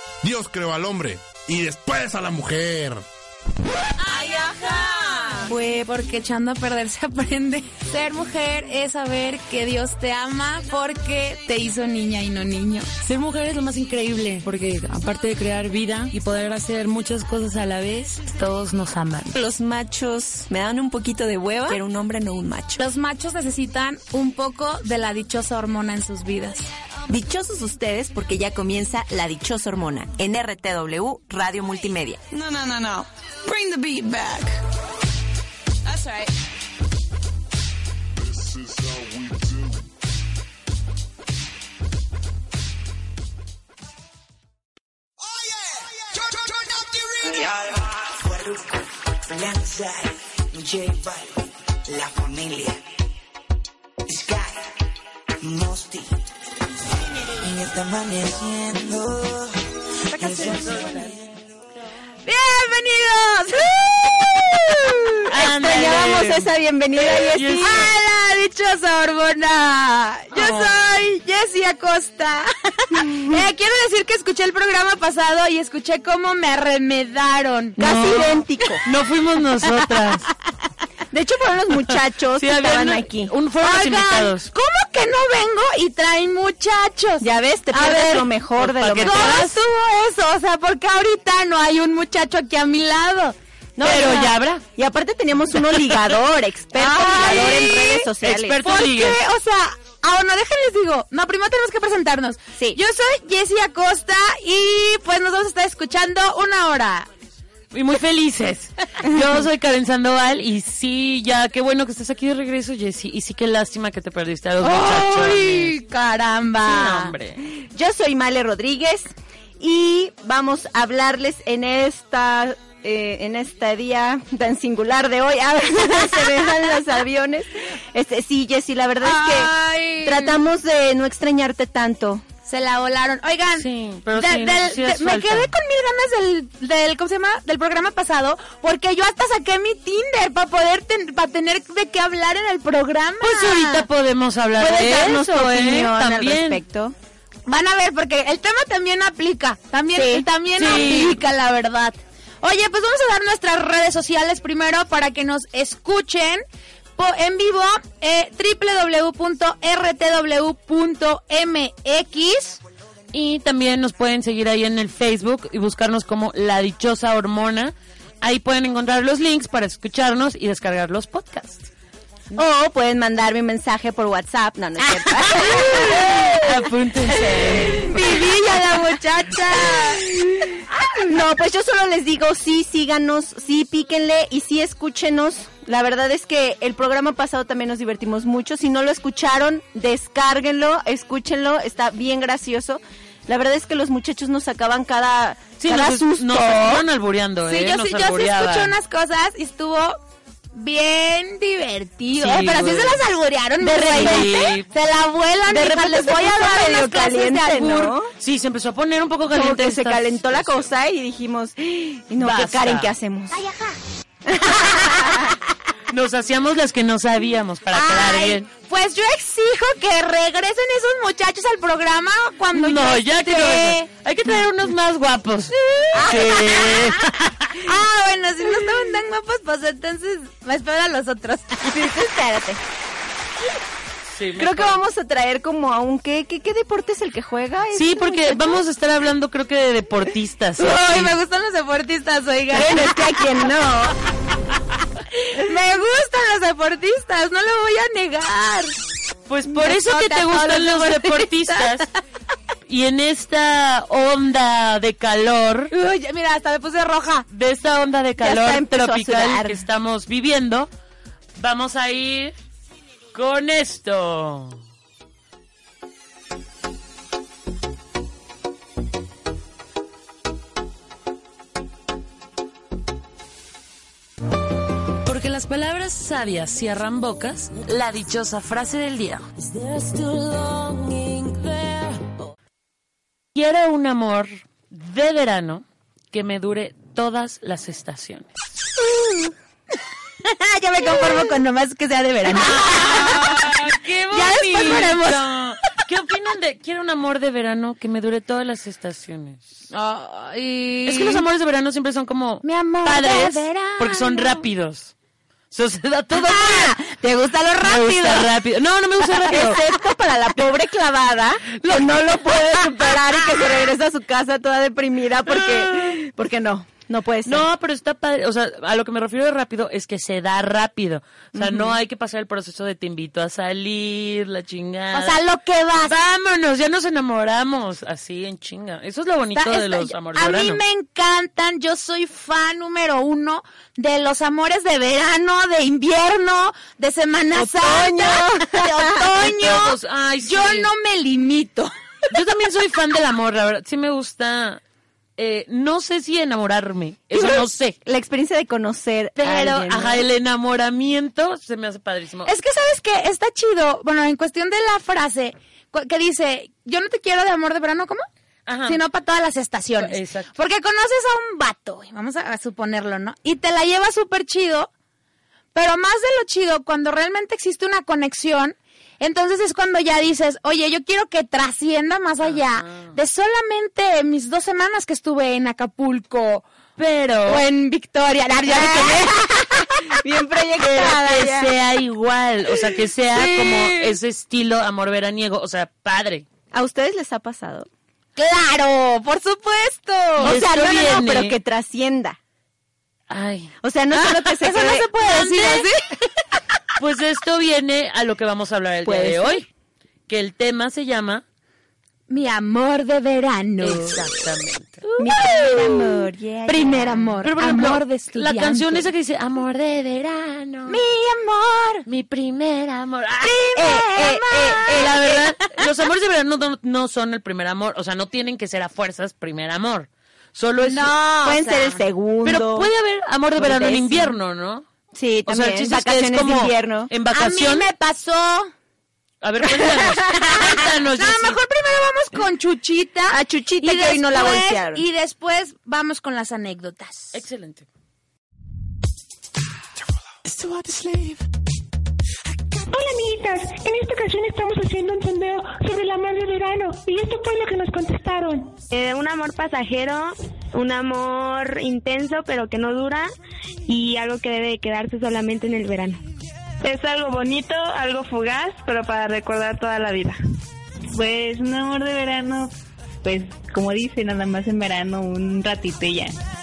Dios creó al hombre y después a la mujer. ¡Ay, ajá! Fue porque echando a perder se aprende. Ser mujer es saber que Dios te ama porque te hizo niña y no niño. Ser mujer es lo más increíble porque aparte de crear vida y poder hacer muchas cosas a la vez, todos nos aman. Los machos me dan un poquito de hueva, pero un hombre no un macho. Los machos necesitan un poco de la dichosa hormona en sus vidas. Dichosos ustedes porque ya comienza La Dichosa Hormona en RTW Radio Multimedia. No. Bring the beat back. That's right. This is how we do. Oh yeah! Turn up the radio. Farruko, Lanzai, J Balvin, La Familia, Sky, Mosty. Y está amaneciendo. ¡Bienvenidos! Extrañábamos esa bienvenida, Jessie. ¡A la dichosa hormona! Yo soy Jessie Acosta. Quiero decir que escuché el programa pasado y escuché cómo me arremedaron. Casi idéntico. No fuimos nosotras. De hecho, fueron los muchachos que estaban aquí. Fueron los invitados. ¿Cómo que no vengo y traen muchachos? Ya ves, te pierdes lo mejor de lo mejor. ¿Cómo estuvo eso? O sea, porque ahorita no hay un muchacho aquí a mi lado. No, pero ya habrá. Y aparte teníamos uno ligador, experto ligador en redes sociales. Experto ¿Por ligue. qué? O sea, no, déjenles digo. No, primero tenemos que presentarnos. Sí. Yo soy Jessie Acosta y pues nos vamos a estar escuchando una hora. Y muy felices. Yo soy Karen Sandoval y sí, ya, qué bueno que estás aquí de regreso, Jessie. Y sí, qué lástima que te perdiste a los muchachos. ¡Ay, caramba! Sí, hombre. Yo soy Male Rodríguez y vamos a hablarles en este día tan singular de hoy. Se me van los aviones. Sí, Jessie, la verdad es que tratamos de no extrañarte tanto. Se la volaron. Oigan, sí, pero me quedé con mil ganas del ¿cómo se llama? Del programa pasado, porque yo hasta saqué mi Tinder para tener de qué hablar en el programa. Pues ahorita podemos hablar ¿Puedes de darnos tu opinión también al respecto? Van a ver, porque el tema también aplica. También aplica, la verdad. Oye, pues vamos a dar nuestras redes sociales primero para que nos escuchen en vivo, www.rtw.mx. Y también nos pueden seguir ahí en el Facebook y buscarnos como La Dichosa Hormona. Ahí pueden encontrar los links para escucharnos y descargar los podcasts. O pueden mandarme un mensaje por WhatsApp. No es cierto. Apúntense. Vivilla la muchacha. No, pues yo solo les digo, sí, síganos, sí, píquenle y sí, escúchenos. La verdad es que el programa pasado también nos divertimos mucho. Si no lo escucharon, descárguenlo, escúchenlo, está bien gracioso. La verdad es que los muchachos nos sacaban cada susto. Nos estaban albureando, sí, yo sí escuché unas cosas y estuvo bien divertido. Sí, pero sí se las alburearon de repente. Se la vuelan. De repente les voy a dar medio caliente, ¿no? Sí, se empezó a poner un poco caliente. Como que se calentó la cosa y dijimos, no, que Karen, ¿qué hacemos? Ay, ajá. Nos hacíamos las que no sabíamos para quedar bien. Pues yo exijo que regresen esos muchachos al programa cuando ya que hay que traer unos más guapos. Sí. Bueno, si no estaban tan guapos, pues entonces me espero a los otros. Sí, espérate. Sí, creo que vamos a traer como a un ¿qué deporte es el que juega? Sí, porque vamos a estar hablando creo que de deportistas. Ay, me gustan los deportistas, oigan. Bueno, es que a quien no. Me gustan los deportistas, no lo voy a negar. Pues por eso que te gustan los deportistas. Y en esta onda de calor. Uy, mira, hasta me puse roja. De esta onda de calor tropical que estamos viviendo, vamos a ir con esto. Porque las palabras sabias cierran bocas, la dichosa frase del día. Quiero un amor de verano que me dure todas las estaciones. Ya me conformo con nomás que sea de verano. ¡Qué bonito! Ya después veremos. ¿Qué opinan de quiero un amor de verano que me dure todas las estaciones? Ay. Es que los amores de verano siempre son como Mi amor padres de verano. porque son rápidos. O sea, se da todo. ¿Te gusta lo Me rápido? gusta rápido. No me gusta rápido. Excepto para la pobre clavada, que no lo puede superar y que se regresa a su casa toda deprimida porque no puede ser. No, pero está padre. O sea, a lo que me refiero de rápido es que se da rápido. O sea, no hay que pasar el proceso de te invito a salir, la chingada. O sea, lo que vas. Vámonos, ya nos enamoramos. Así en chinga. Eso es lo bonito de los amores de A verano. mí me encantan, yo soy fan número 1 de los amores de verano, de invierno, de Semana Santa, de otoño. Todos, ay, sí. Yo no me limito. Yo también soy fan del amor, la verdad. Sí me gusta. No sé si enamorarme. Eso no sé. La experiencia de conocer Pero, a alguien, ¿no? Ajá, el enamoramiento se me hace padrísimo. Es que, ¿sabes qué? Está chido. Bueno, en cuestión de la frase que dice, yo no te quiero de amor de verano, ¿cómo? Ajá. Sino para todas las estaciones. Exacto. Porque conoces a un vato, güey, vamos a suponerlo, ¿no? Y te la lleva súper chido, pero más de lo chido, cuando realmente existe una conexión, entonces es cuando ya dices, oye, yo quiero que trascienda más allá de solamente mis 2 semanas que estuve en Acapulco Pero o en Victoria. Ya me quedé bien proyectada. que ya. sea igual, o sea, que sea Sí. como ese estilo amor veraniego, o sea, padre. ¿A ustedes les ha pasado? ¡Claro! ¡Por supuesto! O sea, esto no, viene- pero que trascienda. Ay, O sea, no solo que se Eso no quede- se puede decir así. pues esto viene a lo que vamos a hablar el día Puede de ser. hoy, que el tema se llama Mi amor de verano. exactamente. Mi primer amor, yeah, Primer yeah. amor. Pero por ejemplo, amor de la estudiante. canción esa que dice amor de verano, Mi amor. mi primer amor. ¡Ah! Primer amor. La verdad, los amores de verano no son el primer amor, o sea, no tienen que ser a fuerzas primer amor. Solo es No, Pueden o sea, ser el segundo. Pero puede haber amor de o verano en décimo. invierno, ¿no? Sí, O sea, también. el chiste es que vacaciones es como de invierno. en A vacación. mí me pasó. A ver, cuéntanos. Cuéntanos, No, Jessy. mejor primero vamos con Chuchita. A Chuchita, que hoy no la bolsearon. Y después vamos con las anécdotas. Excelente. Hola amiguitas, en esta ocasión estamos haciendo un sondeo sobre el amor de verano y esto fue lo que nos contestaron. Un amor pasajero, un amor intenso pero que no dura y algo que debe de quedarse solamente en el verano. Es algo bonito, algo fugaz, pero para recordar toda la vida. Pues un amor de verano, pues como dice, nada más en verano, un ratito y ya.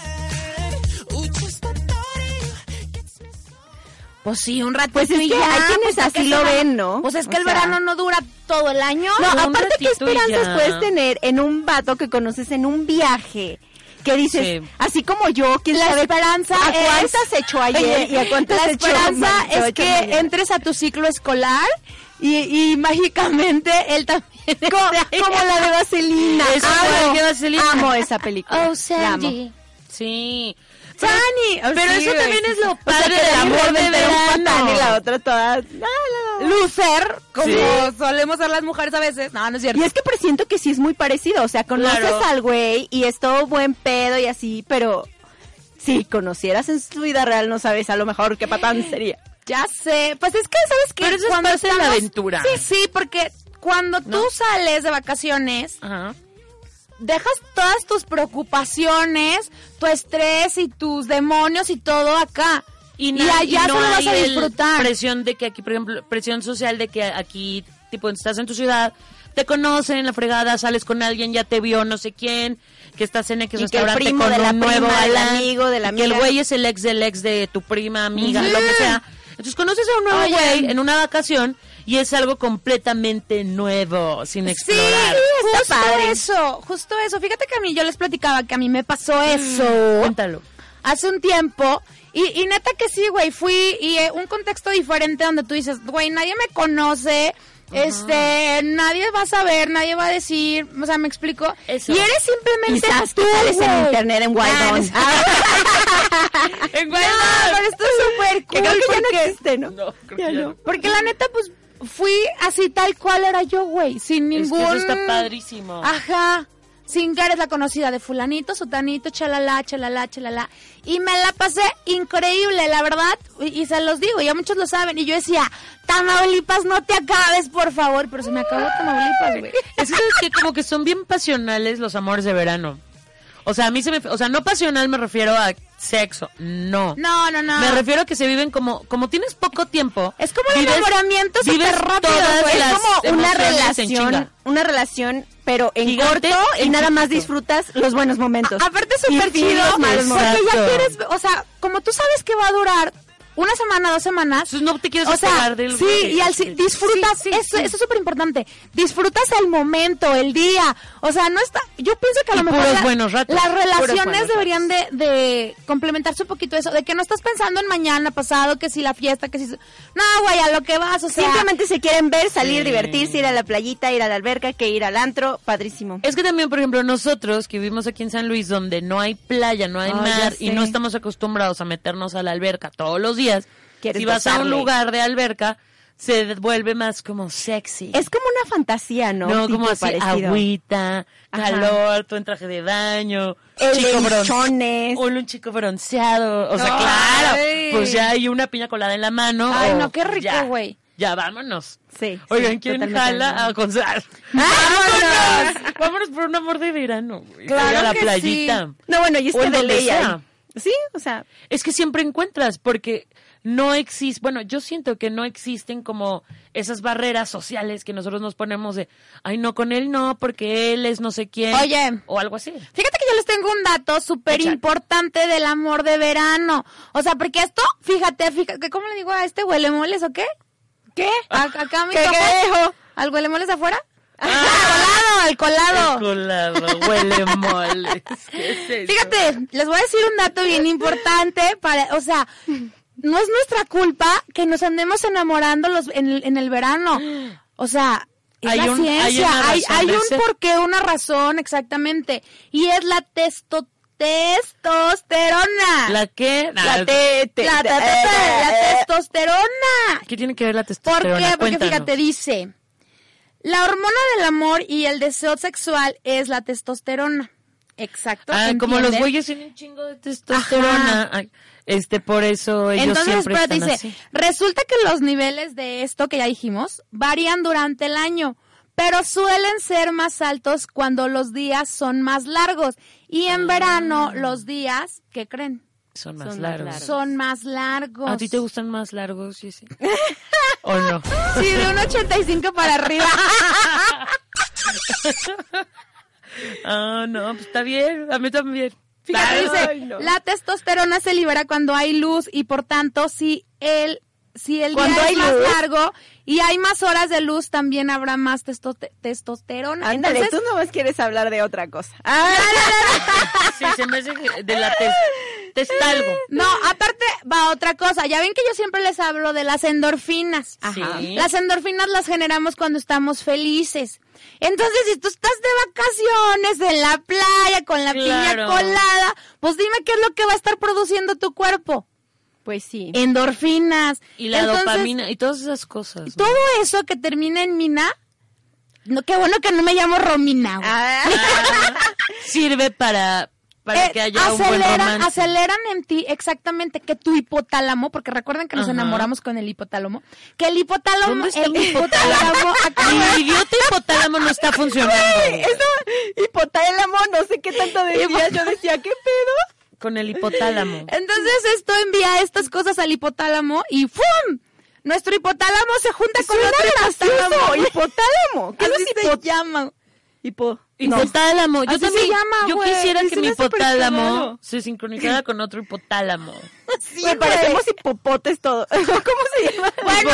Pues sí, un rato. Pues es que hay quienes así lo ven, ¿no? Pues es que O el sea, verano no dura todo el año. No, un aparte, ¿qué ratito y esperanzas ya. puedes tener en un vato que conoces en un viaje? Que dices, Sí. así como yo, quién La sabe esperanza a es- cuántas echó ayer y a cuántas La echó esperanza se va a es echar que mañana. entres a tu ciclo escolar y mágicamente él también. Como la de Vaselina. Es igual que Vaselina. Amo esa película. Oh, La Sandy. amo. Sí. Tani. Pero Sí, eso güey. también es lo O sea, padre que del la amor de inventa un patán y la verano. otra toda... Lucer, como Sí. solemos ser las mujeres a veces. No, no es cierto. Y es que presiento que sí es muy parecido. O sea, conoces Claro. al güey y es todo buen pedo y así, pero si conocieras en su vida real no sabes a lo mejor qué patán sería. Ya sé. Pues es que, ¿sabes qué? Pero eso es parte de la aventura. Sí, sí, porque cuando tú sales de vacaciones, Ajá. dejas todas tus preocupaciones, tu estrés y tus demonios y todo acá. Y allá no solo vas a hay el disfrutar. presión de que aquí, por ejemplo, presión social de que aquí, tipo, estás en tu ciudad, te conocen, la fregada, sales con alguien, ya te vio no sé quién, que estás en X Y que el restaurante primo con de la un nuevo prima, del galán, amigo, de la y que el amiga. güey es el ex del ex de tu prima, amiga, lo que sea. Entonces conoces a un nuevo Oye. güey en una vacación y es algo completamente nuevo, sin explorar. Justo eso. Fíjate que a mí, yo les platicaba que a mí me pasó eso. Cuéntalo. Hace un tiempo. Y neta que sí, güey, fui y un contexto diferente donde tú dices, güey, nadie me conoce, nadie va a saber, nadie va a decir, o sea, me explico. Eso. Y eres simplemente Quizás tú, que sales en güey. internet en Wildon. En Wildon. No, pero esto es súper Que cool creo que ya no porque, existe, ¿no? No, creo Ya que ya no. no. porque la neta, pues, fui así tal cual era yo, güey, sin Es que ningún... eso está padrísimo. Ajá. sin que eres la conocida de fulanito, sutanito, chalala, chalala, chalala. Y me la pasé increíble, la verdad, y se los digo, ya muchos lo saben. Y yo decía, Tamaulipas, no te acabes, por favor. Pero se me acabó Tamaulipas, güey. Es que como que son bien pasionales los amores de verano. O sea, a mí o sea, no pasional me refiero a sexo, no. No. Me refiero a que se viven como tienes poco tiempo. Es como el enamoramiento súper rápido, güey. Es como una una relación, pero en Gigante, corto y en nada más chiquito. disfrutas los buenos momentos. Aparte súper Y chido, los malos porque momentos. ya quieres, o sea, como tú sabes que va a durar una semana, 2 semanas. Entonces no te quieres O sea, despegar del sí, güey. y disfrutas, Sí, eso es súper importante. Disfrutas el momento, el día. O sea, no está, yo pienso que a lo Y mejor puros buenos ratos. las Puros relaciones buenos deberían de complementarse un poquito eso, de que no estás pensando en mañana, pasado, que si la fiesta, que si... No, güey, a lo que vas, o sea... Simplemente se quieren ver, salir, Sí. divertirse, ir a la playita, ir a la alberca, que ir al antro, padrísimo. Es que también, por ejemplo, nosotros que vivimos aquí en San Luis, donde no hay playa, no hay ya mar, sé. y no estamos acostumbrados a meternos a la alberca todos los días, Quieres si vas a un gozarle. lugar de alberca, se vuelve más como sexy. Es como una fantasía, ¿no? No, Tipo como así, parecido. agüita, Ajá. calor, tú en traje de baño, El chico de bronceado. lichones. Un chico bronceado. O sea, Ay. claro, pues ya hay una piña colada en la mano. Ay, o no, qué rico, ya, güey. Ya, vámonos. Sí. Oigan, sí, ¿quién totalmente. jala a gozar? ¡Vámonos! Vámonos por un amor de verano, güey. Claro a la que playita. No, bueno, y es O que en de donde ley sea. hay. Sí, o sea, Es que siempre encuentras, porque no existe, bueno, yo siento que no existen como esas barreras sociales que nosotros nos ponemos de, ay, no, con él no, porque él es no sé quién. Oye. O algo así. Fíjate que yo les tengo un dato súper Échale. importante del amor de verano. O sea, porque esto, fíjate, ¿cómo le digo a este huele moles o qué? ¿Qué? Acá mi ¿Qué dejo? ¿Al huele moles afuera? Colado, el colado. El colado, huele moles. ¿Qué es eso? Fíjate, les voy a decir un dato bien importante o sea, no es nuestra culpa que nos andemos enamorando en el verano. O sea, es Hay la un- hay ciencia, una hay razón de un ser. porqué, una razón, exactamente. Y es la testosterona. ¿La qué? la La testosterona. ¿Qué tiene que ver la ¿Por testosterona? qué? Porque Cuéntanos. fíjate, dice, la hormona del amor y el deseo sexual es la testosterona. Exacto. Ah, como los ¿entienden? güeyes tienen un chingo de testosterona. Ay, por eso ellos Entonces, siempre espérate, están dice, así. resulta que los niveles de esto que ya dijimos varían durante el año, pero suelen ser más altos cuando los días son más largos. Y en verano, los días, ¿qué creen? Son más Son más largos. largos. Son más largos. ¿A ti te gustan más largos, Jessy? ¿O no? Sí, de un 85 para arriba. Ah, no, pues está bien. A mí también. Fíjate, dice, Ay, no. la testosterona se libera cuando hay luz y por tanto, si el Cuando día hay es más luz. largo y hay más horas de luz, también habrá más testosterona. Ándale, Entonces, tú nomás quieres hablar de otra cosa. Sí, se me hace que de la testalgo. no, aparte va otra cosa. Ya ven que yo siempre les hablo de las endorfinas. Ajá. Sí. Las endorfinas las generamos cuando estamos felices. Entonces, si tú estás de vacaciones en la playa con la piña Claro. colada, pues dime qué es lo que va a estar produciendo tu cuerpo. Pues sí. Endorfinas. Y la Entonces, dopamina y todas esas cosas. ¿no? todo eso que termina en mina, no, qué bueno que no me llamo Romina, güey. Sirve para que haya un buen romance. aceleran en ti exactamente que tu hipotálamo, porque recuerden que nos Ajá. enamoramos con el hipotálamo, que el hipotálamo, ¿Dónde está el el hipotálamo, acá, Mi idiota hipotálamo no está funcionando. Eso, hipotálamo, no sé qué tanto decía. Yo decía, ¿qué pedo? Con el hipotálamo. entonces esto envía estas cosas al hipotálamo y ¡fum! Nuestro hipotálamo se junta con Suena otro gracioso, hipotálamo. ¿Qué Así es se llama. Hipotálamo. Yo Así se también. llama, yo güey. quisiera Sí, que mi suena súper hipotálamo cagado. se sincronizara con otro hipotálamo. Me parecemos hipopotes todos. ¿Cómo se llama? Bueno,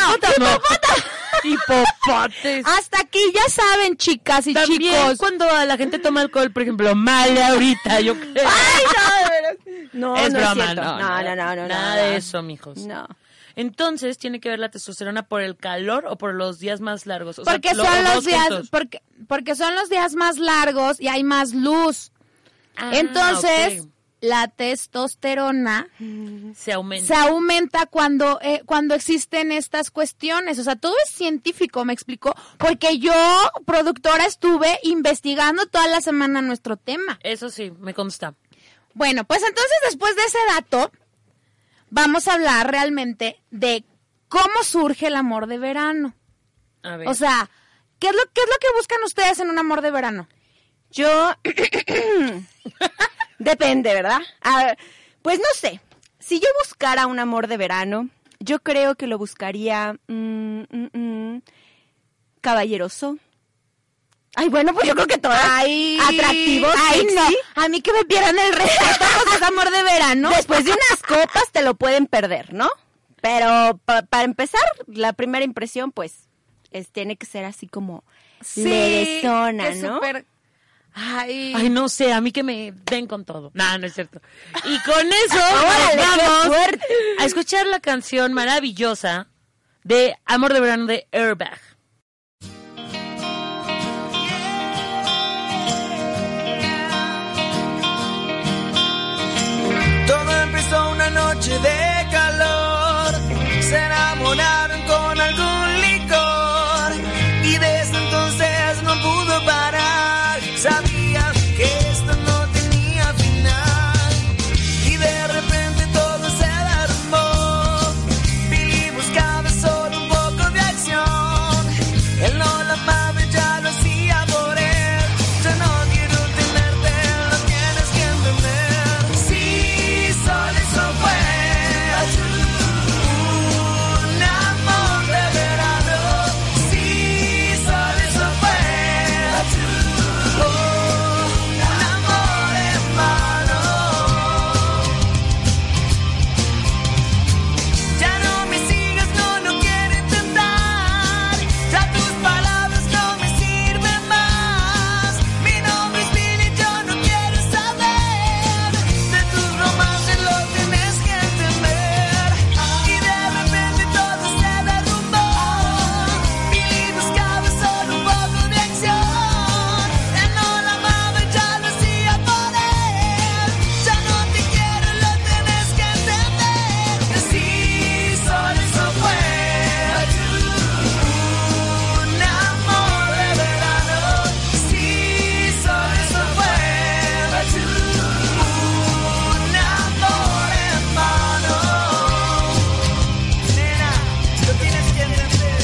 Hipopotes. hasta aquí ya saben, chicas y También chicos. cuando la gente toma alcohol, por ejemplo, mal ahorita, yo creo. Ay, no, de veras. No, es no broma, es cierto. No. Nada de eso, mijos. No. Entonces, ¿tiene que ver la testosterona por el calor o por los días más largos? O sea, Porque los son los dos días, juntos. porque son los días más largos y hay más luz. Ah, Entonces, ok. la testosterona se aumenta. Se aumenta cuando existen estas cuestiones. O sea, todo es científico, ¿me explico? Porque yo, productora, estuve investigando toda la semana nuestro tema. Eso sí, me consta. Bueno, pues entonces después de ese dato, vamos a hablar realmente de cómo surge el amor de verano. A ver. O sea, ¿qué es lo que buscan ustedes en un amor de verano? Yo... Depende, ¿verdad? Pues no sé. Si yo buscara un amor de verano, yo creo que lo buscaría caballeroso. Ay, bueno, pues yo creo que todas. Atractivo, Ay, sexy. no. A mí que me pierdan el respeto, pues es amor de verano. Después de unas copas te lo pueden perder, ¿no? Pero para empezar, la primera impresión, pues, tiene que ser así como levesona, ¿no? Súper... Ay, no sé, a mí que me den con todo. No es cierto. Y con eso ¡Órale, vamos qué fuerte! a escuchar la canción maravillosa de Amor de Verano de Airbag. Todo empezó una noche de calor, se enamoraron con algún licor y desde entonces no pudo parar. Sabía que esto no tenía final y de repente todo se derrumbó. Billy buscaba solo un poco de acción, él no la amaba, ya lo hacía por él. Yo no quiero tenerte, lo tienes que entender. Sí, solo eso fue un amor de verano. Sí, solo eso fue un amor en vano. Ya no me sigas, no quiero intentar. Ya tus palabras no me sirven más. Mi nombre es Billy, yo no quiero saber de tus romances, lo tienes que entender. Y de repente todo se derrumbó. Billy buscaba solo un poco de acción. Él no la amaba, ya lo hacía por él. Ya no te quiero, lo tienes que entender. Sí, solo eso fue un amor de verano. Sí, solo eso fue un amor en vano. Nena, lo tienes que entender.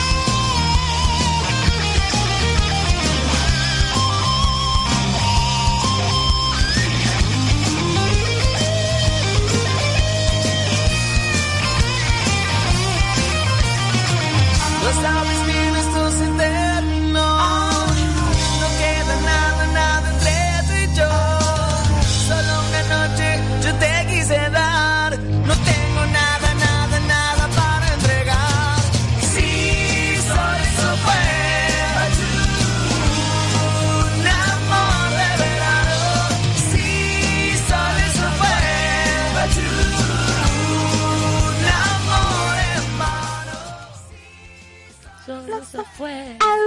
Lo sabes bien, esto se terminó. No queda nada entre tú y yo. Solo una noche yo te quise dar. No tengo nada para entregar. Sí, solo eso fue un amor de verano. Sí, solo eso fue un amor en vano. Solo se fue.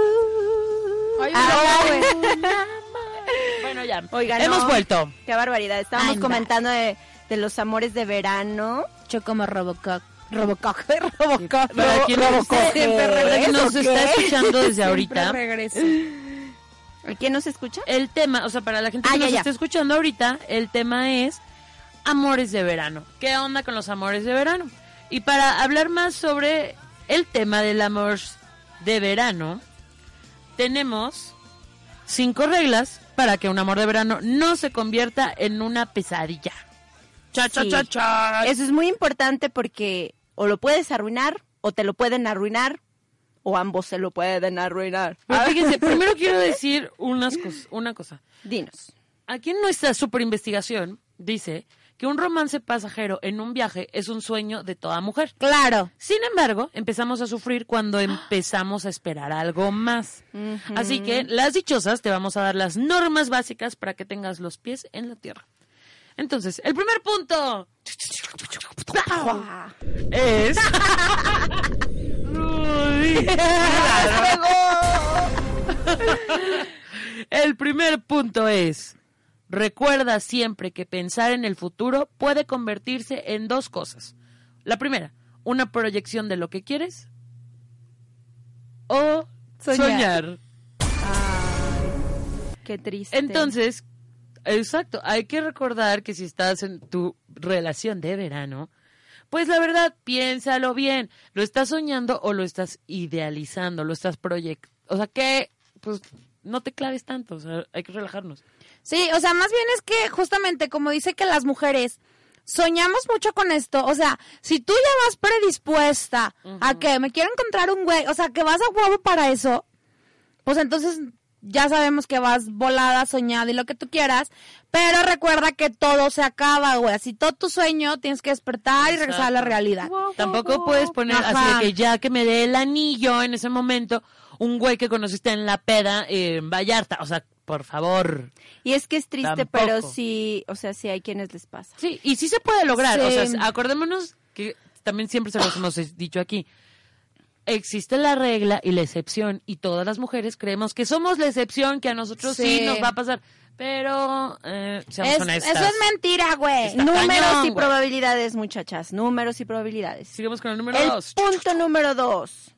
Bueno, ya. Oigan, hemos no. vuelto. Qué barbaridad. Estábamos Anda. comentando de los amores de verano. Yo como Robocop. Para quien nos está escuchando desde ahorita, Regreso. ¿Quién nos escucha? el tema, o sea, para la gente que Ah, nos ya. está escuchando ahorita, el tema es amores de verano. ¿Qué onda con los amores de verano? Y para hablar más sobre el tema del amor de verano, tenemos 5 reglas para que un amor de verano no se convierta en una pesadilla. Cha, cha, Sí. cha, cha. Eso es muy importante porque o lo puedes arruinar o te lo pueden arruinar o ambos se lo pueden arruinar. Pero fíjense, primero quiero decir una cosa. Dinos. Aquí en nuestra super investigación dice que un romance pasajero en un viaje es un sueño de toda mujer. Claro. Sin embargo, empezamos a sufrir cuando empezamos a esperar algo más. Así que, las dichosas, te vamos a dar las normas básicas para que tengas los pies en la tierra. Entonces, el primer punto es... El primer punto es: Recuerda siempre que pensar en el futuro puede convertirse en dos cosas. La primera, una proyección de lo que quieres o soñar. Qué triste. Entonces, exacto, hay que recordar que si estás en tu relación de verano, pues la verdad, piénsalo bien. ¿Lo estás soñando o lo estás idealizando? ¿Lo estás proyectando? O sea, que pues no te claves tanto, o sea, hay que relajarnos. Sí, o sea, más bien es que justamente como dice que las mujeres soñamos mucho con esto, o sea, si tú ya vas predispuesta a que me quiero encontrar un güey, o sea, que vas a huevo para eso, pues entonces ya sabemos que vas volada, soñada y lo que tú quieras, pero recuerda que todo se acaba, güey, así todo tu sueño tienes que despertar y regresar a la realidad. Tampoco puedes poner así de que ya que me dé el anillo en ese momento, un güey que conociste en la peda en Vallarta, o sea, por favor. Y es que es triste, Tampoco. pero sí, o sea, sí hay quienes les pasa. Sí, y sí se puede lograr, Sí. o sea, acordémonos que también siempre se los hemos dicho aquí. Existe la regla y la excepción, y todas las mujeres creemos que somos la excepción, que a nosotros sí nos va a pasar, pero seamos honestas. Eso es mentira, güey. Está Números cañón, y güey. probabilidades, muchachas. Números y probabilidades. Sigamos con el número El 2. punto número 2.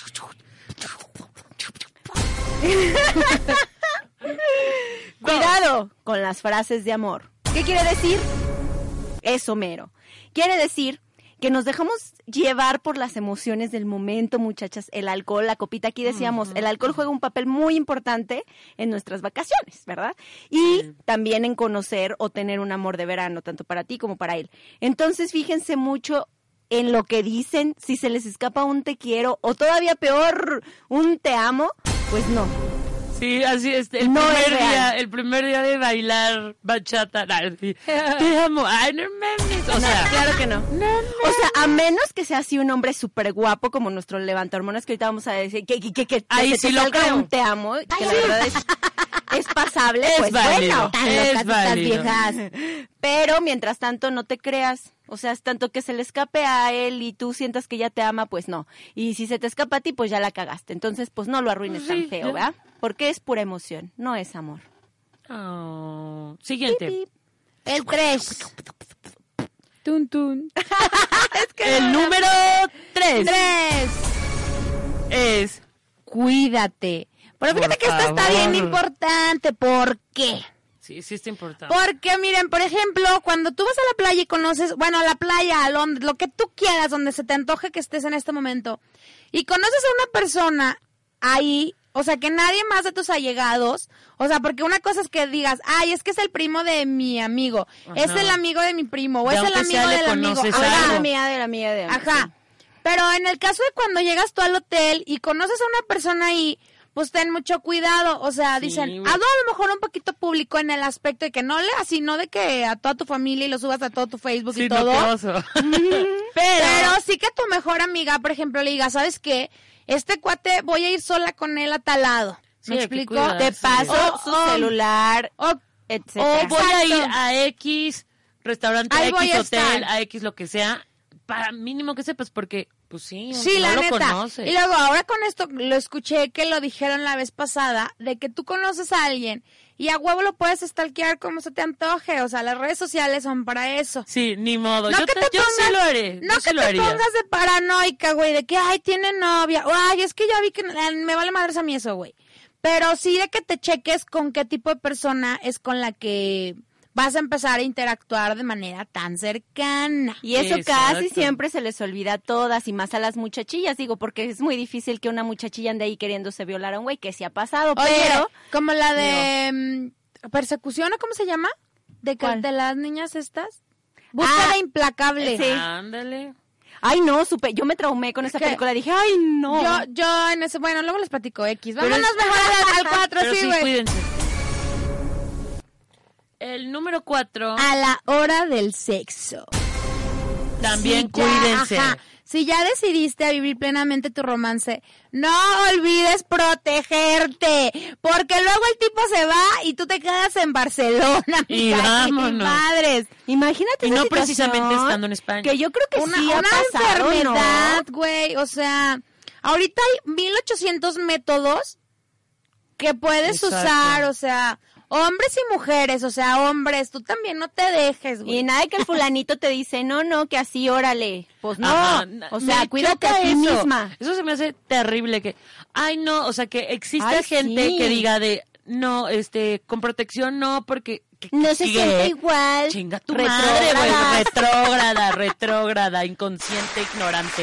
Cuidado con las frases de amor. ¿Qué quiere decir? Eso mero. Quiere decir que nos dejamos llevar por las emociones del momento, muchachas. El alcohol, la copita, aquí decíamos, el alcohol juega un papel muy importante en nuestras vacaciones, ¿verdad? Y también en conocer o tener un amor de verano, tanto para ti como para él. Entonces, fíjense mucho en lo que dicen, si se les escapa un te quiero o todavía peor, un te amo, pues no. Sí, así es. El primer día de bailar bachata. Te amo. Ay, no mames. O sea, claro que no. O sea, a menos que sea así un hombre súper guapo como nuestro levantahormonas, que ahorita vamos a decir que ahí te sí lo salga creo. un te amo, que la verdad es pasable, Es pues válido, bueno, tan es locas estas válido. viejas. Pero mientras tanto no te creas. O sea, es tanto que se le escape a él y tú sientas que ya te ama, pues no. Y si se te escapa a ti, pues ya la cagaste. Entonces, pues no lo arruines Sí, tan feo, ya. ¿verdad? Porque es pura emoción, no es amor. Oh. Siguiente. Pip, pip. El 3. Tun, tun. El número 3 3. es Cuídate. Pero Por fíjate que esto está bien favor. importante. ¿Por qué? Sí, sí está importante. Porque miren, por ejemplo, cuando tú vas a la playa y conoces, bueno, a la playa, a Londres, lo que tú quieras, donde se te antoje que estés en este momento, y conoces a una persona ahí, o sea, que nadie más de tus allegados, o sea, porque una cosa es que digas, ay, es que es el primo de mi amigo, es Ajá. el amigo de mi primo, o Y es el aunque amigo sea, le del amigo. conoces Ajá. algo. La mía de la mía de la Ajá. sí. Pero en el caso de cuando llegas tú al hotel y conoces a una persona ahí, pues ten mucho cuidado. O sea, Sí, dicen, güey. hazlo a lo mejor un poquito público en el aspecto de que no le así, no de que a toda tu familia y lo subas a todo tu Facebook Sí, y no, todo. qué oso. Pero sí que tu mejor amiga, por ejemplo, le diga, ¿sabes qué? Este cuate voy a ir sola con él a tal lado. Sí, ¿Me hay que explico? cuidar. Te Sí. paso su celular, O etcétera. O voy a ir Exacto. a X restaurante, Ahí a voy X a hotel, estar. a X lo que sea, para mínimo que sepas, porque, pues sí, Sí, no la lo neta. conoces. Y luego, ahora con esto, lo escuché que lo dijeron la vez pasada, de que tú conoces a alguien y a huevo lo puedes stalkear como se te antoje. O sea, las redes sociales son para eso. Sí, ni modo. No yo que te yo sí pongas- lo haré. No yo sí que lo te haría. pongas de paranoica, güey, de que, ay, tiene novia. O, ay, es que ya vi que me vale madres a mí eso, güey. Pero sí de que te cheques con qué tipo de persona es con la que vas a empezar a interactuar de manera tan cercana. Y eso Exacto. casi siempre se les olvida a todas y más a las muchachillas, digo, porque es muy difícil que una muchachilla ande ahí queriéndose violar a un güey, que sí ha pasado, Oye, pero como la de persecución, ¿o cómo se llama? ¿Cuál? De las niñas estas. Búsqueda implacable. sí. Ándale. ay no, yo me traumé con esa ¿Qué? película, dije, ay no. Yo en ese, bueno, luego les platico X. Pero Vámonos es- mejor al 4, Pero sí, sí, güey. cuídense. El número 4, A la hora del sexo. también Sí, ya, cuídense. ajá. Si ya decidiste a vivir plenamente tu romance, no olvides protegerte, porque luego el tipo se va y tú te quedas en Barcelona. Y mija, vámonos. Madres. Imagínate Y esa no situación, precisamente estando en España. Que yo creo que Una, sí ha una pasado, enfermedad, ¿no? güey. O sea, ahorita hay 1800 métodos que puedes Exacto. usar, o sea, Hombres y mujeres, o sea, hombres, tú también no te dejes, güey. Y nada de que el fulanito te dice, no, que así, órale. Pues no, Ajá, o sea, me cuídate choca a ti eso. misma. Eso se me hace terrible que, no, o sea, que exista Ay, gente sí. que diga de, no, con protección no, porque... No se ¿qué? siente igual. Chinga tu madre, güey, retrógrada, inconsciente, ignorante.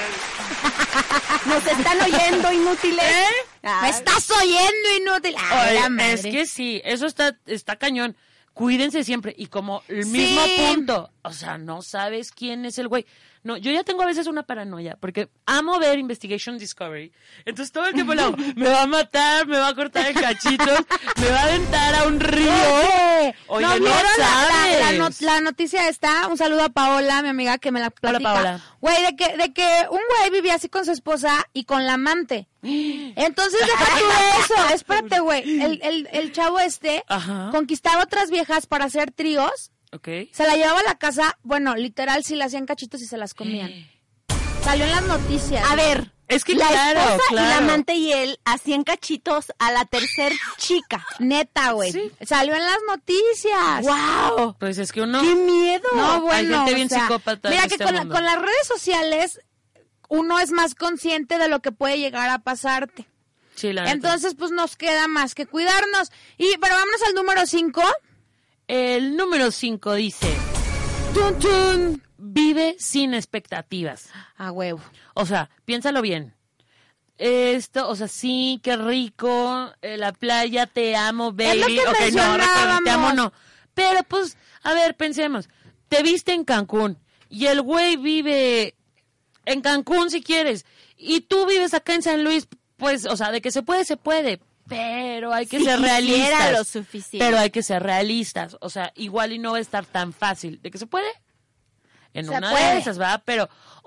Nos están oyendo, inútiles. Me estás oyendo, inútil. Ay, Oye, la madre. es que sí, eso está cañón. Cuídense siempre. Y como el mismo punto, o sea, no sabes quién es el güey. No, yo ya tengo a veces una paranoia, porque amo ver Investigation Discovery. Entonces todo el tiempo me va a matar, me va a cortar en cachitos, me va a aventar a un río. Oye, ¿No vieron sabes. la noticia esta? Un saludo a Paola, mi amiga, que me la platica. Paola. Güey, de que un güey vivía así con su esposa y con la amante. Entonces, deja tú de eso. Espérate, güey. El chavo Ajá. conquistaba otras viejas para hacer tríos. Ok. Se la llevaba a la casa, bueno, literal, sí le hacían cachitos y se las comían. Salió en las noticias. A ver, Es que la claro, esposa y claro. la amante y él hacían cachitos a la tercer chica. Neta, güey. Sí. Salió en las noticias. ¡Wow! Pues es que uno... ¡Qué miedo! No, bueno, Hay gente bien o sea, psicópata Mira en que este con, mundo. con las redes sociales uno es más consciente de lo que puede llegar a pasarte. Sí, la neta. Entonces, pues nos queda más que cuidarnos. Pero vámonos al número 5. El número 5 dice... Tun, tun, vive sin expectativas. A huevo. O sea, piénsalo bien. O sea, sí, qué rico, la playa, te amo, baby. Es lo que Ok, no, mencionábamos. recuerda, te amo, no. Pero pues, a ver, pensemos. Te viste en Cancún y el güey vive en Cancún si quieres. Y tú vives acá en San Luis, pues, o sea, de que se puede. Pero hay que Si ser quisiera realistas. lo suficiente. Pero hay que ser realistas. O sea, igual y no va a estar tan fácil. ¿De que se puede? En Se una puede. de esas, ¿verdad? Pero,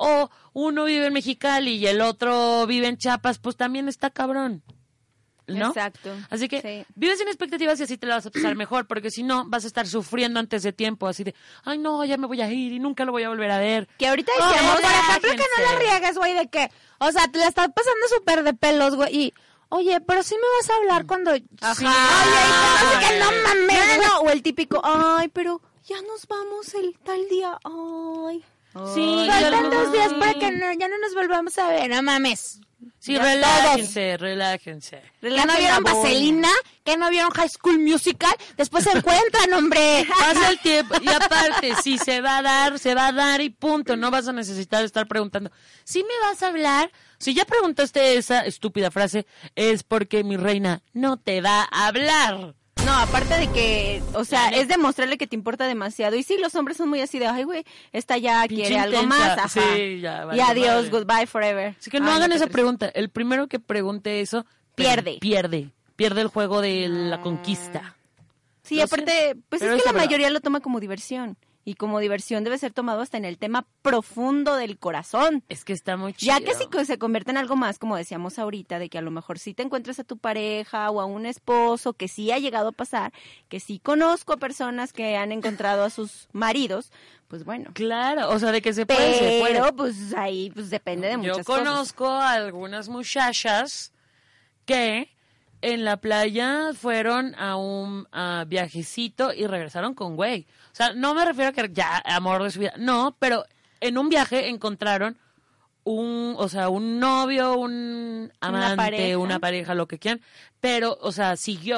uno vive en Mexicali y el otro vive en Chiapas, pues también está cabrón. ¿No? Exacto. Así que Sí. vive sin expectativas y así te la vas a pasar mejor, porque si no, vas a estar sufriendo antes de tiempo, así de, ay no, ya me voy a ir y nunca lo voy a volver a ver. Que ahorita Como decíamos, por ejemplo, que no la relájense. riegues, güey, de que, o sea, te la estás pasando súper de pelos, güey, y, oye, pero sí me vas a hablar cuando... Ajá. Sí. Oye, que no mames. No, o el típico, ay, pero ya nos vamos el tal día, ay. Sí, Faltan ya 2 días no. para que ya no nos volvamos a ver, no mames. Sí, Ya relájense. Que no vieron Vaselina, que no vieron High School Musical, después se encuentran, hombre. Pasa el tiempo y aparte, si se va a dar y punto. No vas a necesitar estar preguntando, ¿sí me vas a hablar? Si ya preguntaste esa estúpida frase, es porque mi reina no te va a hablar. No, aparte de que, o sea, es demostrarle que te importa demasiado. Y sí, los hombres son muy así de, ay, güey, esta ya Pinche quiere algo intensa. más, ajá. Sí, ya, vale y adiós, madre. goodbye forever. Así que no Ay, hagan qué esa triste. pregunta. El primero que pregunte eso, Pierde. Pierde el juego de la conquista. Sí, Lo aparte, pues pero es es que la la verdad. mayoría lo toma como diversión. Y como diversión debe ser tomado hasta en el tema profundo del corazón. Es que está muy chido. Ya que se convierte en algo más, como decíamos ahorita, de que a lo mejor sí te encuentras a tu pareja o a un esposo, que sí ha llegado a pasar, que sí conozco a personas que han encontrado a sus maridos, pues bueno. Claro, o sea, de que se puede, se puede. Pero pues ahí pues depende de muchas Yo cosas. conozco a algunas muchachas que en la playa fueron a un viajecito y regresaron con güey. O sea, no me refiero a que ya amor de su vida, no, pero en un viaje encontraron un novio, un amante, una pareja, lo que quieran, pero, o sea,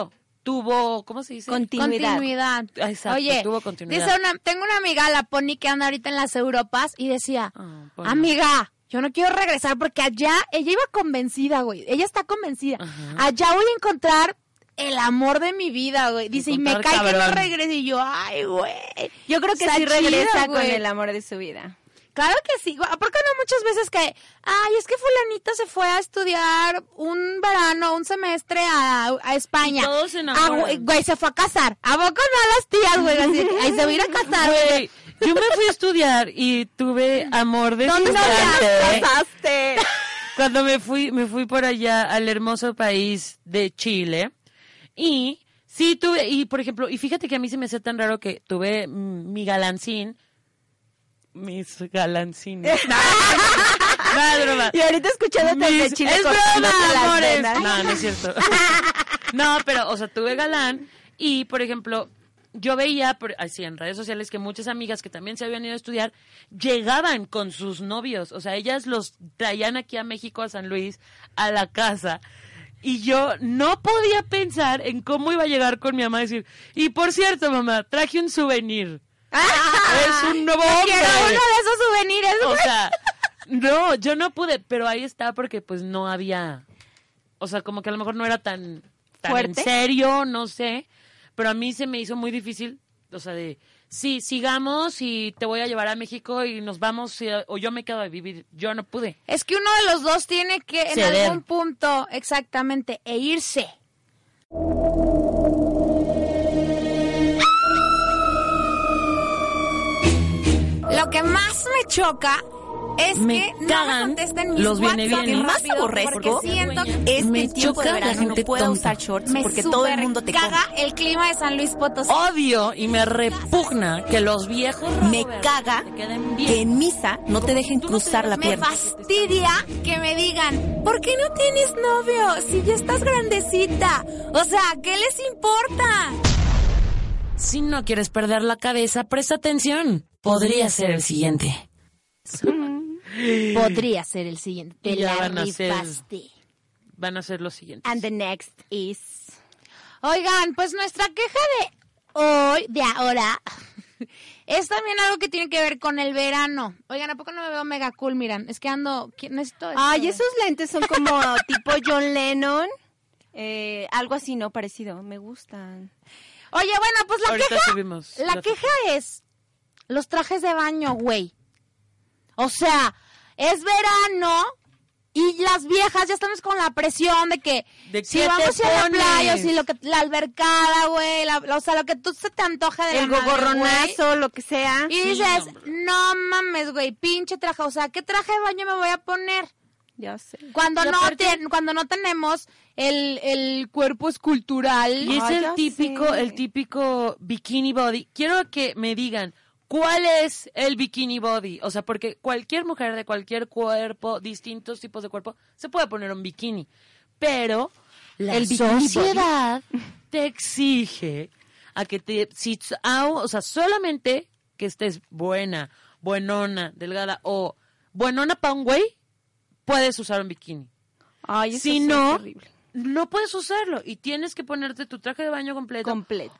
tuvo, ¿cómo se dice? Continuidad. Exacto, Oye, tuvo continuidad. tengo una amiga, la Pony, que anda ahorita en las Europas, y decía, Pony. amiga, yo no quiero regresar porque allá, ella iba convencida, güey, ella está convencida. Ajá. Allá voy a encontrar el amor de mi vida, güey. Dice, y me Encontrar cae que no cabrón. regrese. Y yo, ay, güey. Yo creo que Está sí chida, regresa con güey. el amor de su vida. Claro que sí. ¿Por qué no muchas veces que, ay, es que fulanita se fue a estudiar un verano, un semestre a España? Y todos se enamoran. Güey, se fue a casar. ¿A poco no las tías, güey? Así de que, ay, se va a ir a casar, Güey, yo me fui a estudiar y tuve amor de ¿Dónde estudiante. te casaste? Cuando me fui por allá al hermoso país de Chile y sí tuve, y por ejemplo, y fíjate que a mí se me hace tan raro que tuve mis galancines. No, es broma. Y ahorita escuchándote de Chile Es cortándote broma, las amores. venas. No, no es cierto. No, pero, o sea, tuve galán Y, por ejemplo, yo veía así en redes sociales que muchas amigas que también se habían ido a estudiar llegaban con sus novios. O sea, ellas los traían aquí a México, a San Luis, a la casa. Y yo no podía pensar en cómo iba a llegar con mi mamá a decir, y por cierto, mamá, traje un souvenir. Es un nuevo hombre. Quiero uno de esos souvenirs. O sea, no, yo no pude, pero ahí está porque pues no había, o sea, como que a lo mejor no era tan ¿Fuerte? en serio, no sé, pero a mí se me hizo muy difícil, o sea, de, sí, sigamos y te voy a llevar a México y nos vamos, o yo me quedo a vivir, yo no pude. Es que uno de los dos tiene que en Ceder. algún punto, exactamente, e irse. Lo que más me choca es Me que no me cagan contesten mis los viene WhatsApp bien. rápido, Más aborrezco porque siento que es Me que en tiempo de choca la verano gente no pueda tonta. usar shorts me porque todo el súper mundo te caga come. el clima de San Luis Potosí. Odio y me repugna que los viejos Me Robert, caga te queden bien. que en misa no te dejen cruzar la Me pierna. fastidia que me digan, ¿por qué no tienes novio si ya estás grandecita? O sea, ¿qué les importa? Si no quieres perder la cabeza, presta atención. Podría ser el siguiente. Podría ser el siguiente. Te Y ya la van a ser- rifaste. Van a ser los siguientes. And the next is... Oigan, pues nuestra queja de hoy, de ahora, es también algo que tiene que ver con el verano. Oigan, ¿a poco no me veo mega cool? Miran, es que necesito... Ay, esos lentes son como tipo John Lennon. Algo así, ¿no? Parecido. Me gustan. Oye, bueno, pues Ahorita subimos la la queja es los trajes de baño, güey. O sea, es verano y las viejas ya estamos con la presión de que ¿De si qué vamos te a la pones? playa, o si la albercada, güey, o sea, lo que tú se te antoje de El la madre, gogorronazo, lo que sea. güey. Y dices, no mames, güey, pinche traje, o sea, ¿qué traje de baño me voy a poner? Ya sé. Cuando Y no aparte- cuando no tenemos el cuerpo escultural. Y es Ay, el ya sé. típico bikini body. Quiero que me digan, ¿cuál es el bikini body? O sea, porque cualquier mujer de cualquier cuerpo, distintos tipos de cuerpo, se puede poner un bikini. Pero la El bikini sociedad te exige a que o sea, solamente que estés buena, buenona, delgada o buenona pa' un güey, puedes usar un bikini. Ay, eso Si sí es no, terrible. no puedes usarlo y tienes que ponerte tu traje de baño completo. Completo.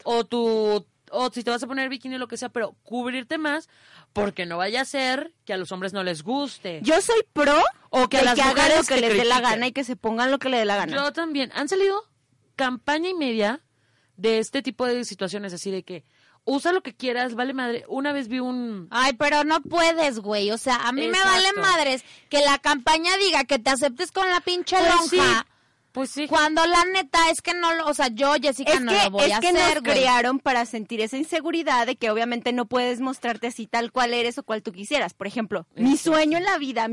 O si te vas a poner bikini o lo que sea, pero cubrirte más porque no vaya a ser que a los hombres no les guste. Yo soy pro O que a de las que hagan mujeres lo que te les dé la critiquen. gana y que se pongan lo que les dé la gana. Yo también. Han salido campaña y media de este tipo de situaciones así de que usa lo que quieras, vale madre. Una vez vi un... Ay, pero no puedes, güey. O sea, a mí me Exacto. vale madres que la campaña diga que te aceptes con la pinche lonja. Pues sí. Cuando la neta es que no o sea, yo, Jessica, Es no que, lo voy a es que hacer, nos güey. criaron para sentir esa inseguridad de que obviamente no puedes mostrarte así tal cual eres o cual tú quisieras. Por ejemplo, mi sueño en la vida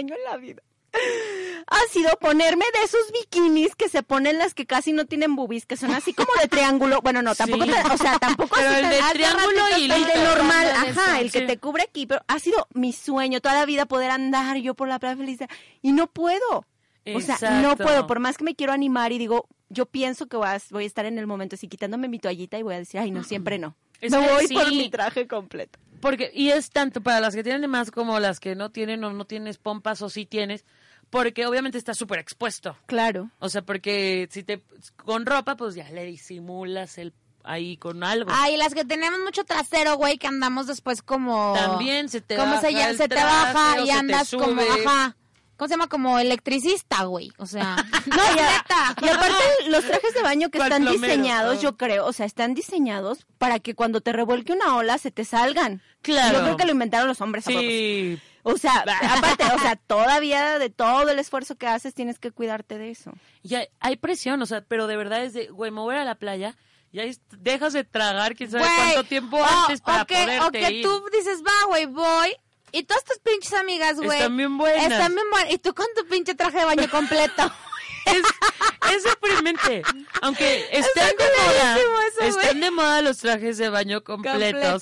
ha sido ponerme de esos bikinis que se ponen las que casi no tienen boobies, que son así como de triángulo. Bueno, no, tampoco, Sí. o sea, tampoco Pero así el de tan- triángulo y el de listo. normal, Hablando de ajá, eso, el que sí. te cubre aquí, pero ha sido mi sueño toda la vida poder andar yo por la playa feliz y no puedo. O sea, no Exacto. puedo, por más que me quiero animar y digo, yo pienso que voy a estar en el momento así quitándome mi toallita y voy a decir, ay, no, siempre no. Es Me que voy sí. por mi traje completo. Porque, y es tanto para las que tienen de más como las que no tienen o no tienes pompas o sí tienes, porque obviamente estás súper expuesto. Claro. O sea, porque si te con ropa, pues ya le disimulas ahí con algo. Ay, las que tenemos mucho trasero, güey, que andamos después como... También se te ¿Cómo baja se llama? el Se te traje baja o y se te andas como, sube. ajá. ¿Cómo se llama? Como electricista, güey. O sea, no, Y neta. aparte, los trajes de baño que ¿Cuál están plomero? diseñados, Ah. yo creo, o sea, están diseñados para que cuando te revuelque una ola se te salgan. Claro. Yo creo que lo inventaron los hombres. ¿a poco? Sí. O sea, aparte, o sea, todavía de todo el esfuerzo que haces tienes que cuidarte de eso. Y hay presión, o sea, pero de verdad es de, güey, me voy a la playa y ahí dejas de tragar quién sabe Güey, cuánto tiempo antes para o que poderte ir. tú dices, va, güey, voy. Y todas tus pinches amigas, güey. Están bien buenas. Están bien buenas. Y tú con tu pinche traje de baño completo. Es deprimente. Aunque estén de moda, culerísimo eso, güey. están de moda los trajes de baño completos. Completos.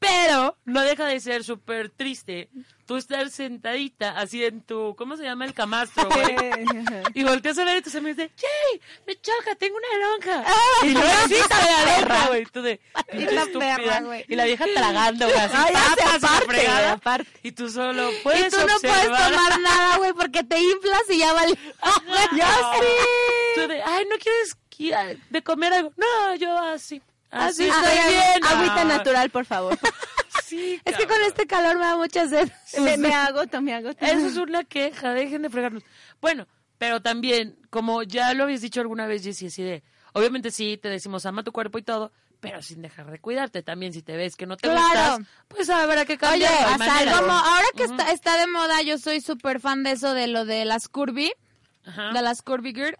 Pero no deja de ser súper triste tú estar sentadita así en tu, ¿cómo se llama? El camastro, güey. Y volteas a ver a tus amigos de, ¡Yay! ¡Me choca! ¡Tengo una lonja! Y luego así está la lonja, güey. Tú de, pinche estúpida. Y la vieja tragando, güey. Así, papas, aparte, fregada. aparte. Y tú solo puedes Y tú no puedes observar. tomar nada, güey, porque te inflas y ya vale. Ya sí. Tú de, ay, ¿no quieres de comer algo? No, yo así. Así estoy bien. Agüita natural, por favor. Sí, Es que con este calor me da mucha sed. Me agoto. Eso es una queja, dejen de fregarnos. Bueno, pero también, como ya lo habías dicho alguna vez, Jessie, así de, obviamente sí, te decimos ama tu cuerpo y todo, pero sin dejar de cuidarte. También si te ves que no te gustas, pues habrá que Oye, cambiar. hasta como ahora que está de moda, yo soy súper fan de eso, de lo de las curvy, de las curvy girl,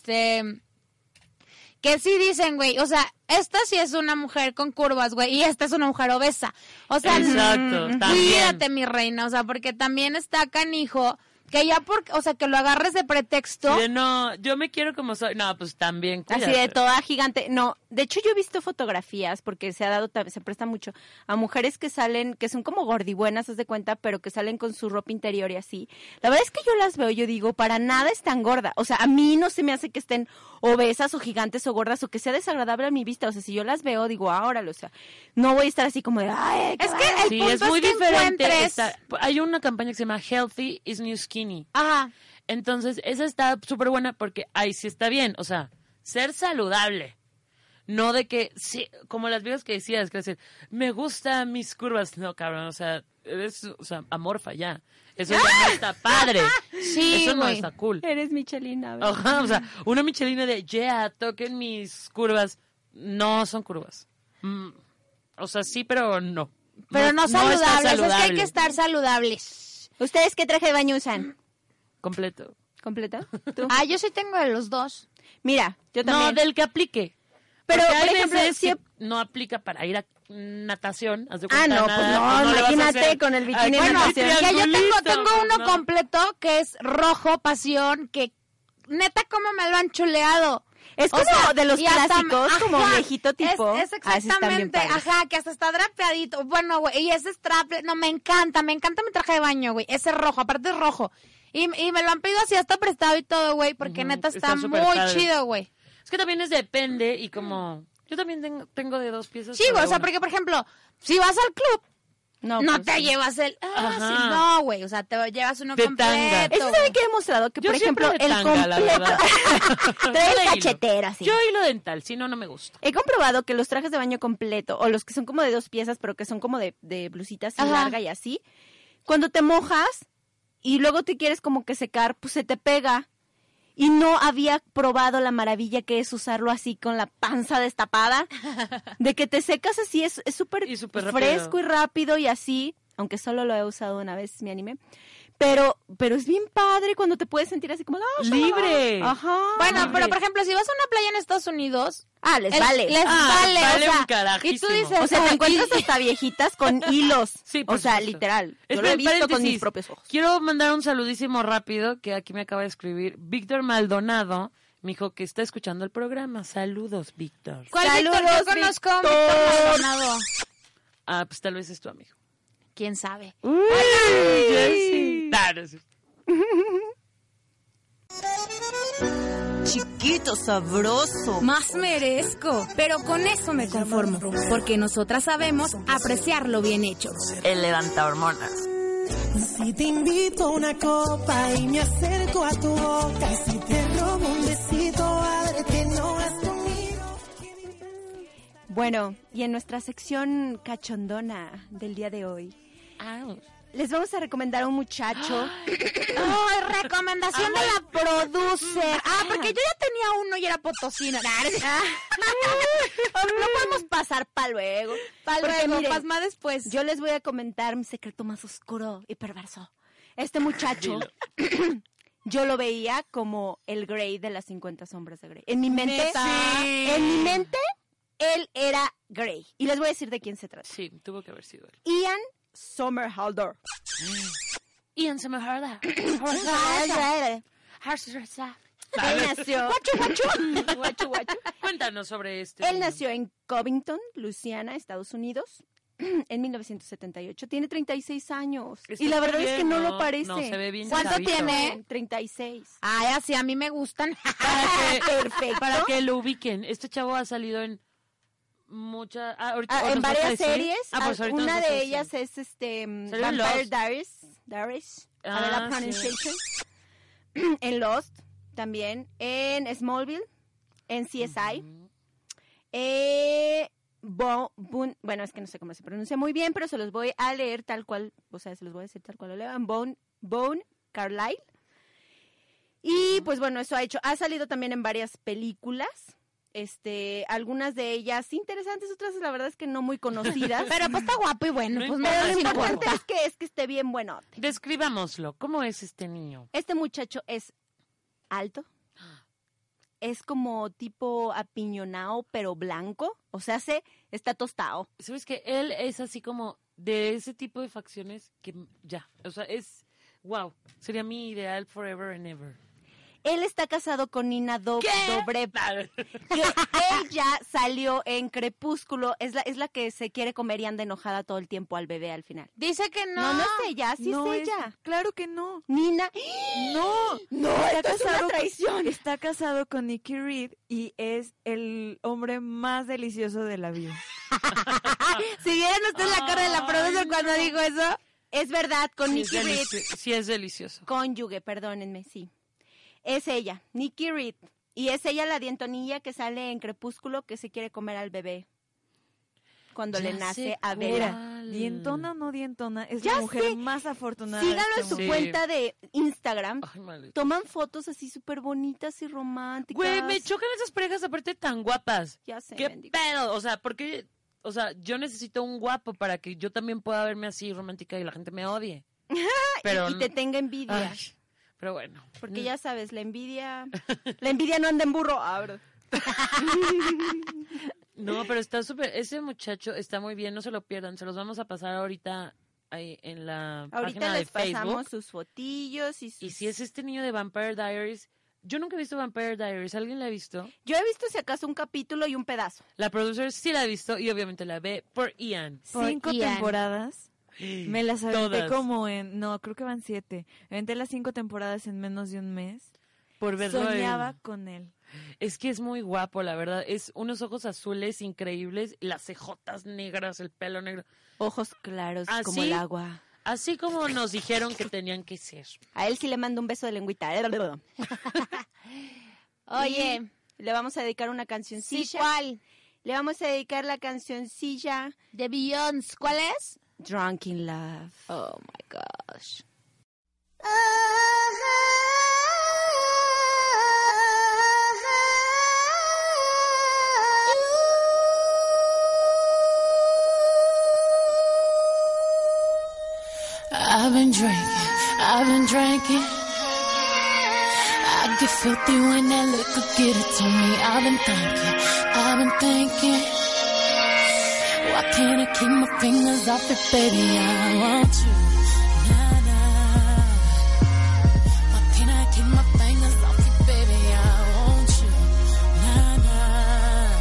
que sí dicen, güey, o sea, esta sí es una mujer con curvas, güey, y esta es una mujer obesa. O sea, exacto, cuídate, mi reina, o sea, porque también está canijo que ya o sea, que lo agarres de pretexto. Sí, no, yo me quiero como soy. No, pues también, Así cuídate. de toda gigante. No, de hecho yo he visto fotografías porque se presta mucho a mujeres que salen, que son como gordibuenas, haz de cuenta, pero que salen con su ropa interior y así. La verdad es que yo las veo, yo digo, para nada están gorda. O sea, a mí no se me hace que estén obesas o gigantes o gordas o que sea desagradable a mi vista. O sea, si yo las veo, digo, órale, o sea, no voy a estar así como de, ay, Es que el Sí, punto es muy que diferente. encuentres- Hay una campaña que se llama Healthy is New Skinny. Ajá. Entonces, esa está súper buena porque ahí sí está bien. O sea, ser saludable. No de que, sí, como las viejas que decías, que decir, me gustan mis curvas. No, cabrón, o sea, eres, amorfa ya. Eso ya no está padre. Sí, Eso no güey. está cool. eres Michelina, ¿verdad? Ajá, o sea, una Michelina de, yeah, toquen mis curvas. No son curvas. O sea, sí, pero no. Pero no está saludables, es que hay saludable. que estar saludables. ¿Ustedes qué traje de baño usan? Completo. ¿Completo? ¿Tú? Ah, yo sí tengo de los dos. Mira, yo No, también. del que aplique. Pero, Porque hay por ejemplo, veces si- que no aplica para ir a natación. haz de Ah, cuenta, no, pues nada, no, le vas a imagínate hacer con el bikini aquí de Bueno, natación. que yo triangulito, tengo pues, uno no. completo que es rojo, pasión, que neta cómo me lo han chuleado. Es O como sea, de los y hasta- clásicos, como ajá, viejito tipo. Es Ah, esos están bien exactamente, padres. ajá, que hasta está drapeadito. Bueno, güey, y ese straple, no, me encanta mi traje de baño, güey. Ese rojo, aparte es rojo. Y me lo han pedido así hasta prestado y todo, güey, porque neta está súper muy padre. chido, güey. Es que también depende y como... Yo también tengo de dos piezas. Sí, güey, pero o sea, una. porque, por ejemplo, si vas al club, no pues, te sí. llevas el... Ajá. sí, no, güey, o sea, te llevas uno De completo. tanga. Eso güey. sabe que he demostrado que, Yo por ejemplo, siempre el de tanga, la completo verdad. trae Yo el de cachetero así. Yo hilo dental, si no, no me gusta. He comprobado que los trajes de baño completo, o los que son como de dos piezas, pero que son como de blusitas y Ajá. larga y así, cuando te mojas y luego te quieres como que secar, pues se te pega. Y no había probado la maravilla que es usarlo así con la panza destapada. De que te secas así, es súper Y súper rápido. fresco y rápido y así. Aunque solo lo he usado una vez, mi anime. Pero es bien padre cuando te puedes sentir así como... ¡ah, Libre. Ajá. Bueno, Libre. pero por ejemplo, si vas a una playa en Estados Unidos... Les vale. Les Ah, vale, vale o sea, un carajísimo. y tú dices... O sea, te "Ay, encuentras hasta viejitas con hilos. Sí, por o sea, supuesto. literal. Yo Espera, lo he visto con paréntesis. mis propios ojos. Quiero mandar un saludísimo rápido que aquí me acaba de escribir Víctor Maldonado. Me dijo que está escuchando el programa. Saludos, Víctor. ¿Cuál Saludos, Víctor? Yo conozco a un Víctor. Víctor Maldonado. Ah, pues tal vez es tu amigo. ¿Quién sabe? Jessie. Nah, no es cierto. Chiquito, sabroso. Más merezco, pero con eso me conformo, porque nosotras sabemos apreciar lo bien hecho. El levanta hormonas. Si te invito a una copa y me acerco a tu boca, si te robo un besito, abre que no has conmigo. Bueno, y en nuestra sección cachondona del día de hoy, les vamos a recomendar a un muchacho. ¡Ay, recomendación de la producer! Ah, porque yo ya tenía uno y era potosino. No podemos pasar para luego. Para Porque, luego, miren, pasma después. Yo les voy a comentar mi secreto más oscuro y perverso. Este muchacho, yo lo veía como el Grey de las 50 sombras de Grey. En mi mente, ¿Neta? en mi mente, él era Grey. Y les voy a decir de quién se trata. Sí, tuvo que haber sido él. Ian Somerhalder. Ian Somerhalder. Él nació... Guachu. Cuéntanos sobre este. Él nació en Covington, Luisiana, Estados Unidos. en 1978. Tiene 36 años. Está Y la verdad bien, es que no lo parece. No, se ve bien. ¿Cuánto chavito. tiene? 36. Ay, así a mí me gustan. Perfecto. Para que lo ubiquen. Este chavo ha salido en muchas... ahorita En nos vas a varias decir. series. Pues ahorita Una nos vas a de decir. ellas es Salió en Vampire Lost. Diaries. A ver la Ah, pronunciation. En Lost también. En Smallville. En CSI. Bueno, es que no sé cómo se pronuncia muy bien, pero se los voy a leer tal cual, o sea, se los voy a decir tal cual lo lean. Bone Carlyle. Y pues bueno, eso ha salido también en varias películas. Algunas de ellas interesantes, otras la verdad es que no muy conocidas. Pero pues está guapo y bueno, No pues importa, no Pero nos lo importante importa. es que esté bien buenote. Describámoslo. ¿Cómo es este niño? Este muchacho es alto. Es como tipo apiñonado, pero blanco. O sea, está tostado. ¿Sabes que él es así como de ese tipo de facciones que ya, o sea, es wow, sería mi ideal forever and ever. Él está casado con Nina Dobrev, que él ya salió en Crepúsculo. Es la que se quiere comer y anda enojada todo el tiempo al bebé al final. Dice que no. No, no es ella, sí No, es ella. Claro que no. Nina. No, esto es una traición. Está casado con Nikki Reed y es el hombre más delicioso de la vida. Si vieran ustedes la cara de la producer cuando dijo eso. Es verdad, con Sí, Nikki Reed. sí es delicioso. Cónyuge, perdónenme, sí. Es ella, Nikki Reed. Y es ella la dientonilla que sale en Crepúsculo que se quiere comer al bebé cuando Ya le nace sé a cuál. Bella. Dientona o no dientona, es Ya la mujer sé. más afortunada. Síganlo de en este su mundo. cuenta de Instagram. Ay, maldita. Toman fotos así súper bonitas y románticas. Güey, me chocan esas parejas aparte tan guapas. Ya sé, ¿Qué bendigo. pedo? O sea, porque, o sea, yo necesito un guapo para que yo también pueda verme así romántica y la gente me odie. Pero y te tenga envidia. Ay, pero bueno. Porque ya sabes, la envidia no anda en burro. Ah, ¿verdad? No, pero está súper, ese muchacho está muy bien, no se lo pierdan, se los vamos a pasar ahorita ahí en la Ahorita página de les Facebook. pasamos sus fotillos y sus... Y si es este niño de Vampire Diaries, yo nunca he visto Vampire Diaries, ¿alguien la ha visto? Yo he visto si acaso un capítulo y un pedazo. La producer sí la ha visto y obviamente la ve por Ian. 5 Ian. temporadas. Me las aventé Todas. como no, creo que van 7. Me aventé las 5 temporadas en menos de un mes. Por verlo Soñaba en- con él. Es que es muy guapo, la verdad. Es unos ojos azules increíbles, las cejotas negras, el pelo negro. Ojos claros ¿Ah, como sí? el agua. Así como nos dijeron que tenían que ser. A él sí le mando un beso de lengüita. Oye, Y le vamos a dedicar una sí, cancioncilla. ¿cuál? Le vamos a dedicar la cancioncilla De Beyoncé, ¿cuál es? Drunk in Love. Oh my gosh. I've been drinking. I get filthy when that liquor get it to me. I've been thinking. Why can't I keep my fingers off it, baby? I want you. Nah, nah. Why can't I keep my fingers off it, baby? I want you. Nah, nah.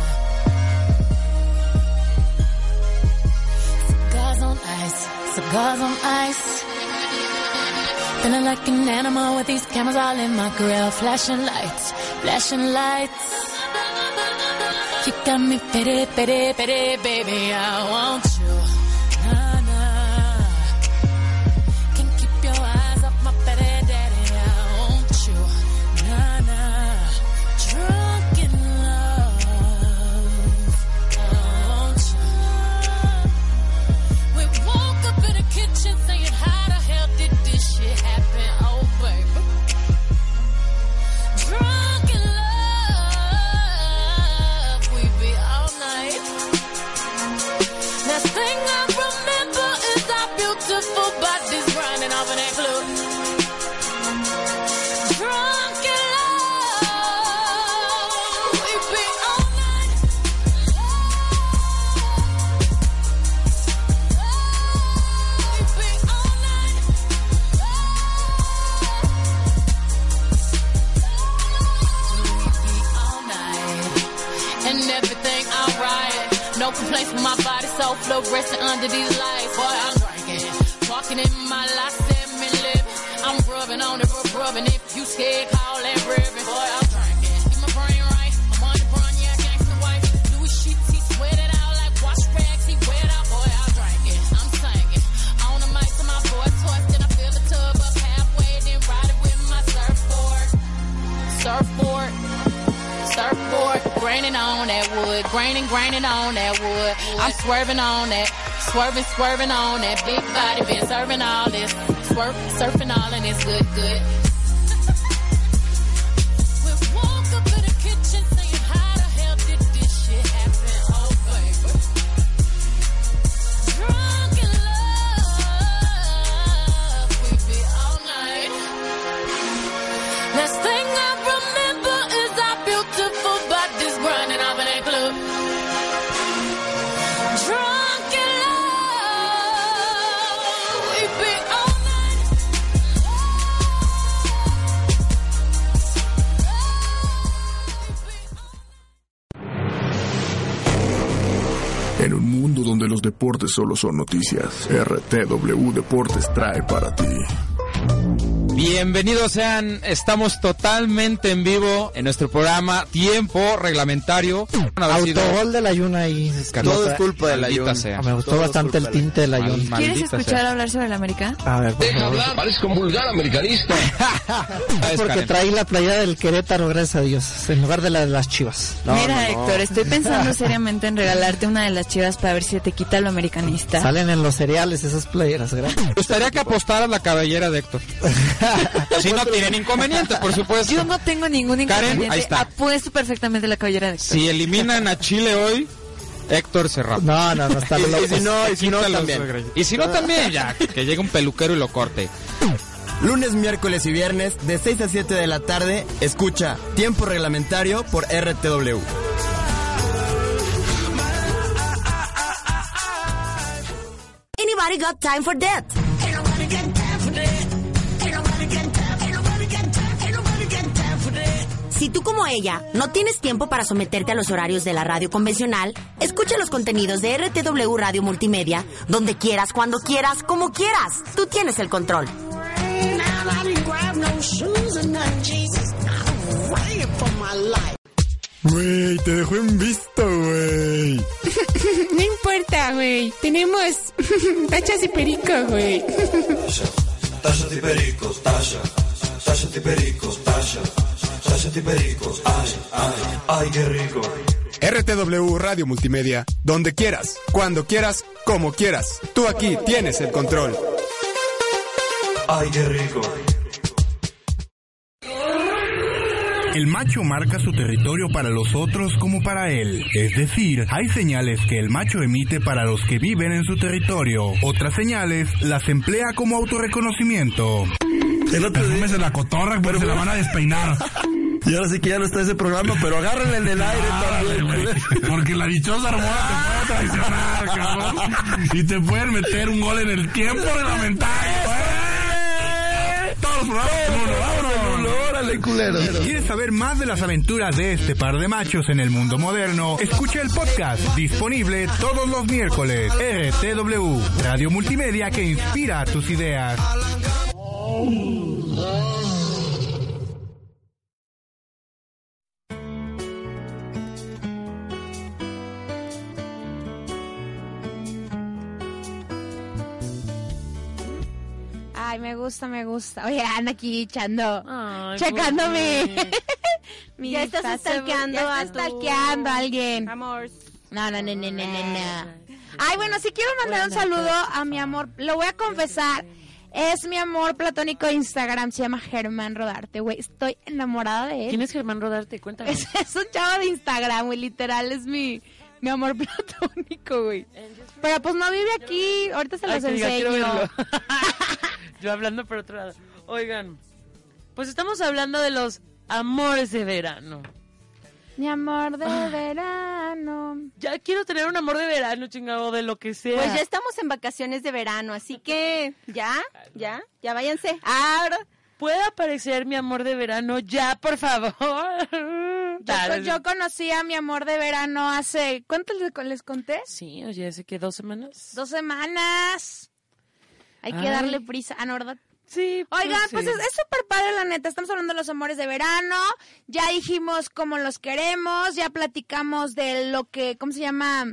Cigars on ice. Cigars on ice. Feeling like an animal with these cameras all in my grill. Flashing lights, flashing lights. You got me pity, pity, pity, baby. I want you. Nah, nah. Can't keep your eyes off my pity, daddy. I want you. Nah, nah. Drunk in love. I want you. We woke up in the kitchen saying, how the hell did this shit happen? Oh, baby. Drunk in love, we be all night. so fluorescent under these lights. Boy, I'm drinking. Walking in my life, 7-Eleven. I'm rubbing on it, rubbing. If you scared, call that ribbon. Boy, I'm drinking. Keep my brain right. I'm on the run, yeah, gangsta wife. Louis sheets, he sweat it out like wash rags. He wet out, boy, I'm drinking. I'm singing. On the mic to my boy toys. Then I fill the tub up halfway, then ride it with my surfboard. Surfboard, graining on that wood, graining on that wood. I'm swerving on that, swerving on that big body. Been serving all this, surfing all and it's good. We woke up in the kitchen saying, how the hell did this shit happen? Oh baby, drunk in love, we be all night. Last thing I remember is our beautiful bodies grinding up in that club. Drunk in love, we be all night. En un mundo donde los deportes solo son noticias, RTW Deportes trae para ti. Bienvenidos sean, estamos totalmente en vivo en nuestro programa Tiempo Reglamentario. Autogol del Ayun ahí. Todo es culpa del Ayun. Me gustó bastante el tinte del Ayun. ¿Quieres escuchar hablar sobre el América? A ver, deja hablar, parezco un vulgar americanista. Porque traí la playera del Querétaro, gracias a Dios, en lugar de la de las Chivas. Mira, Héctor, estoy pensando seriamente en regalarte una de las Chivas para ver si te quita lo americanista. Salen en los cereales esas playeras, gracias. Me gustaría que apostaras la cabellera de Héctor. Si no tienen inconveniente, por supuesto. Yo no tengo ningún inconveniente. Karen, ahí está. Apuesto perfectamente la cabellera de Héctor. Si eliminan a Chile hoy, Héctor se rapa. No, está loco. Y si no también. Y si no también, ya, que llegue un peluquero y lo corte. Lunes, miércoles y viernes, de 6 a 7 de la tarde, escucha Tiempo Reglamentario por RTW. Anybody got time for that? Si tú como ella no tienes tiempo para someterte a los horarios de la radio convencional, escucha los contenidos de RTW Radio Multimedia, donde quieras, cuando quieras, como quieras. Tú tienes el control. Güey, te dejó en visto, güey. No importa, güey. Tenemos tachas y perico, güey. Tachas y pericos, tachas y pericos, tachas y pericos, ay, qué rico. RTW Radio Multimedia, donde quieras, cuando quieras, como quieras. Tú aquí tienes el control. Ay, qué rico. El macho marca su territorio para los otros como para él. Es decir, hay señales que el macho emite para los que viven en su territorio. Otras señales las emplea como autorreconocimiento. El otro día en la cotorra, pero se la van a despeinar. Y ahora sí que ya no está ese programa, pero agárrenle el del aire también. Porque la dichosa hormona te puede traicionar, cabrón. Y te pueden meter un gol en el tiempo reglamentario. Todos los programas. Vámonos. Órale, culero. ¿Quieres saber más de las aventuras de este par de machos en el mundo moderno? Escucha el podcast, disponible todos los miércoles. RTW, Radio Multimedia que inspira tus ideas. Ay, me gusta. Oye, anda aquí checándome. Ya estás stalkeando a alguien. Amor. No. Ay, bueno, sí quiero mandar un saludo a mi amor. Lo voy a confesar. Es mi amor platónico de Instagram. Se llama Germán Rodarte, güey. Estoy enamorada de él. ¿Quién es Germán Rodarte? Cuéntame. Es un chavo de Instagram, güey. Literal, es mi amor platónico, güey. Pero pues no vive aquí. Ahorita se los enseño. Yo hablando por otro lado. Oigan, pues estamos hablando de los amores de verano. Mi amor de verano. Ya quiero tener un amor de verano, chingado, de lo que sea. Pues ya estamos en vacaciones de verano, así que ya váyanse. Ahora ¿puede aparecer mi amor de verano ya, por favor? Yo conocí a mi amor de verano hace... ¿Cuánto les conté? Sí, oye, hace que 2 semanas. 2 semanas. Hay que darle prisa. Ah, ¿no, verdad? Sí. Oigan, pues sí. es súper padre, la neta. Estamos hablando de los amores de verano. Ya dijimos cómo los queremos. Ya platicamos de lo que... ¿Cómo se llama?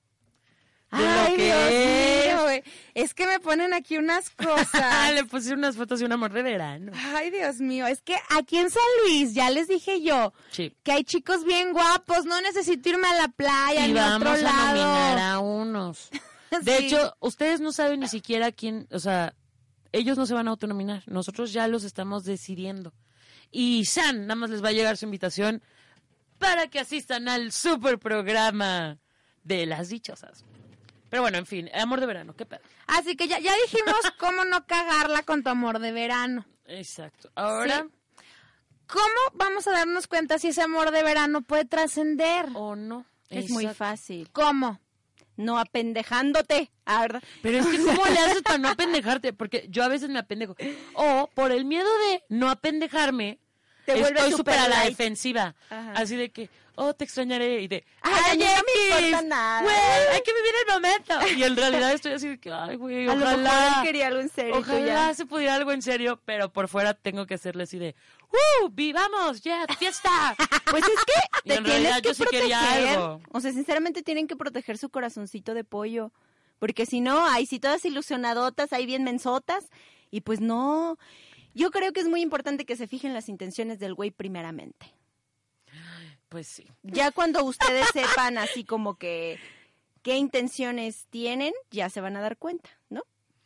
Ay, Dios mío, güey. Es que me ponen aquí unas cosas. Le puse unas fotos de un amor de verano. Ay, Dios mío. Es que aquí en San Luis, ya les dije yo, que hay chicos bien guapos. No necesito irme a la playa, y ni a otro vamos a lado. nominar a unos. De hecho, ustedes no saben ni siquiera quién, o sea, ellos no se van a autonominar. Nosotros ya los estamos decidiendo. Y San, nada más les va a llegar su invitación para que asistan al super programa de las dichosas. Pero bueno, en fin, amor de verano, qué pedo. Así que ya dijimos cómo no cagarla con tu amor de verano. Exacto. Ahora, ¿sí? ¿Cómo vamos a darnos cuenta si ese amor de verano puede trascender? O no. Es muy fácil. ¿Cómo? No apendejándote, ¿verdad? Pero es que ¿cómo le haces para no apendejarte? Porque yo a veces me apendejo. O por el miedo de no apendejarme, estoy súper a la defensiva. Ajá. Así de que, te extrañaré. Y de, ay, no me importa nada. Güey, hay que vivir el momento. Y en realidad estoy así de que, ay, güey, ojalá. A lo mejor él quería algo en serio. Ojalá se pudiera algo en serio, pero por fuera tengo que hacerle así de, vivamos, fiesta. Pues es que te tienes que yo sí proteger. Quería algo. O sea, sinceramente tienen que proteger su corazoncito de pollo. Porque si no, ahí sí todas ilusionadotas, ahí bien mensotas. Y pues no. Yo creo que es muy importante que se fijen las intenciones del güey primeramente. Pues sí. Ya cuando ustedes sepan así como que qué intenciones tienen, ya se van a dar cuenta, ¿no?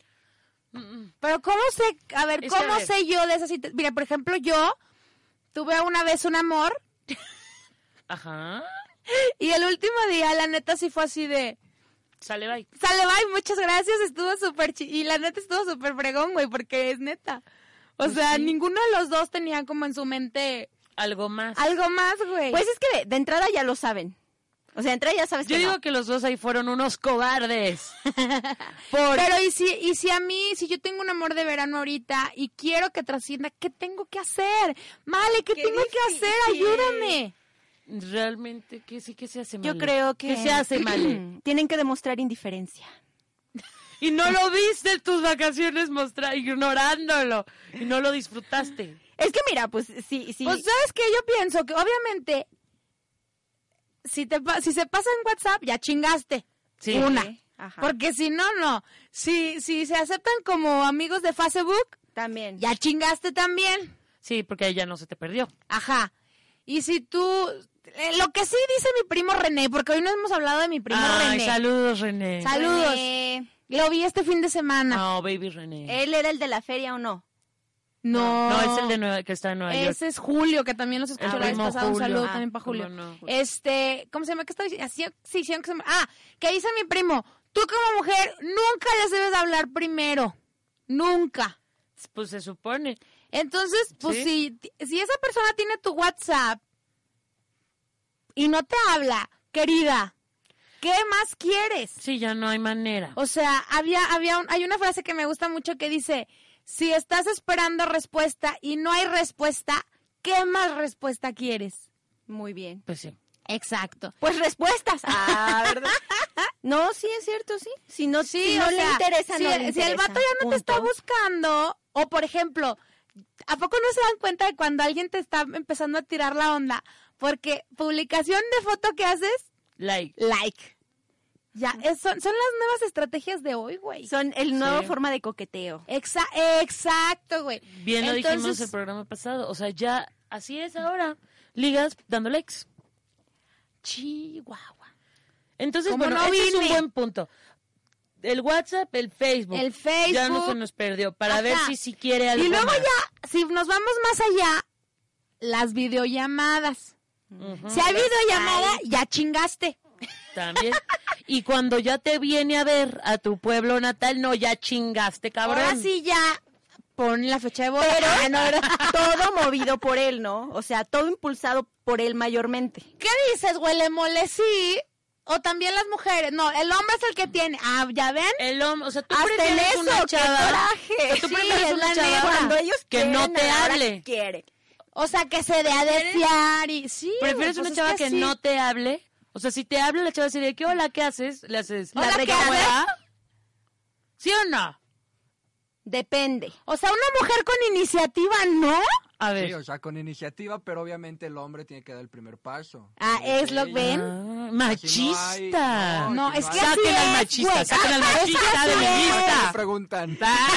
Pero ¿cómo sé? A ver, ¿cómo sé yo de esas intenciones? Mira, por ejemplo, yo tuve una vez un amor. Ajá. Y el último día, la neta, sí fue así de... Sale bye, muchas gracias, estuvo súper y la neta estuvo súper fregón, güey, porque es neta. O sea, sí. Ninguno de los dos tenía como en su mente... Algo más, güey. Pues es que de entrada ya lo saben. O sea, de entrada ya sabes que yo digo que los dos ahí fueron unos cobardes. Pero y si yo tengo un amor de verano ahorita y quiero que trascienda, ¿qué tengo que hacer? Male, ¿qué tengo que hacer? Ayúdame. Realmente, ¿qué se hace mal? Yo creo que... ¿Qué se hace mal? Tienen que demostrar indiferencia. Y no lo viste en tus vacaciones ignorándolo. Y no lo disfrutaste. Es que mira, pues sí. Pues ¿sabes qué? Yo pienso que obviamente si se pasa en WhatsApp, ya chingaste. Sí. Una. Ajá. Porque si no. Si se aceptan como amigos de Facebook, también. Ya chingaste también. Sí, porque ahí ya no se te perdió. Ajá. Y si tú... lo que sí dice mi primo René, porque hoy no hemos hablado de mi primo René. Saludos, René. Saludos. René. Lo vi este fin de semana. No, baby René. ¿Él era el de la feria o no? No, es el de que está en Nueva York. Ese es Julio, que también los escuchó la vez pasada. Un saludo también para Julio. No. ¿Cómo se llama? ¿Qué está diciendo? Que dice mi primo, tú como mujer nunca les debes hablar primero. Nunca. Pues se supone. Entonces, pues ¿sí? si esa persona tiene tu WhatsApp y no te habla, querida, ¿qué más quieres? Sí, ya no hay manera. O sea, hay una frase que me gusta mucho que dice... Si estás esperando respuesta y no hay respuesta, ¿qué más respuesta quieres? Muy bien. Pues sí. Exacto. Pues respuestas. ¿Verdad? No, sí, es cierto, sí. Si no le interesa, no le interesa. Si el vato ya no te está buscando, o por ejemplo, ¿a poco no se dan cuenta de cuando alguien te está empezando a tirar la onda? Porque publicación de foto que haces... Like. Ya, son las nuevas estrategias de hoy, güey. Son el nuevo forma de coqueteo. Exacto, güey. Bien lo dijimos el programa pasado. O sea, ya así es ahora. Ligas dando likes. Chihuahua. Entonces, bueno, ese es un buen punto. El WhatsApp, el Facebook. Ya no se nos perdió. Para ver si quiere algo y luego más. Ya, si nos vamos más allá, las videollamadas. Si hay videollamada, ya chingaste. También. Y cuando ya te viene a ver a tu pueblo natal, no, ya chingaste, cabrón. Ahora sí ya pon la fecha de boda. Pero todo movido por él, ¿no? O sea, todo impulsado por él mayormente. ¿Qué dices, huele mole? Sí. O también las mujeres. No, el hombre es el que tiene. Ah, ¿ya ven? El hombre, o sea, tú hasta prefieres una chava. ¡Qué coraje! Tú prefieres una chava cuando ellos que quieren, no te hable. Quiere. O sea, que se dé a desear y... Sí, ¿prefieres pues una es chava que sí. no te hable? O sea, si te habla la chava así de, ¿qué hola, qué haces? Le haces... Hola, ¿La ¿qué haces? regaña? ¿Sí o no? Depende. O sea, una mujer con iniciativa, ¿no? A ver. Sí, o sea, con iniciativa, pero obviamente el hombre tiene que dar el primer paso. Ah, es lo que ven. Machista. No, es que saquen al machista, güey. saquen al Es que machista de así mi es. lista. Me preguntan.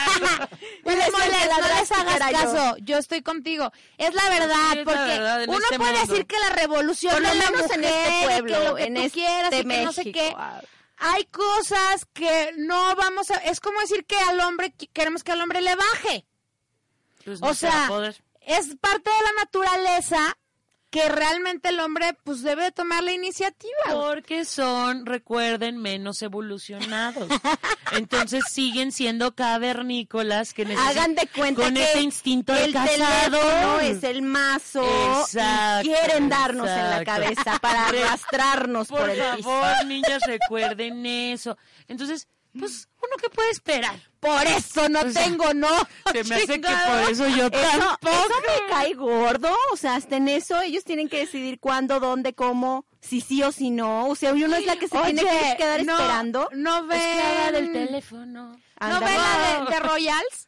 No les hagas era yo. caso, yo estoy contigo. Es la verdad, Sí, es la porque verdad en uno este puede mundo. decir que la revolución Por lo de la menos mujer, en este pueblo, que lo que en tú este quieras y que no sé México. qué. Hay cosas que no vamos a... Es como decir que al hombre, queremos que al hombre le baje. Pues O no se va a sea, poder. es parte de la naturaleza que realmente el hombre pues debe tomar la iniciativa. Porque son, recuerden, menos evolucionados. Entonces siguen siendo cavernícolas que necesitan... Hagan de cuenta con que ese instinto de el teléfono cazador. es el mazo Exacto, y quieren darnos en la exacto. cabeza para arrastrarnos por el piso. Por favor, niñas, recuerden eso. Entonces, pues, ¿uno qué puede esperar? Por eso no O sea, tengo, no. Se me hace que chingado. por eso yo tampoco. Eso me cae gordo, o sea, hasta en eso ellos tienen que decidir cuándo, dónde, cómo, si sí o si no. O sea, uno es la que se Oye, tiene que quedar no, esperando. No ven... Esclava del teléfono. ¿No Anda, ven la de Royals?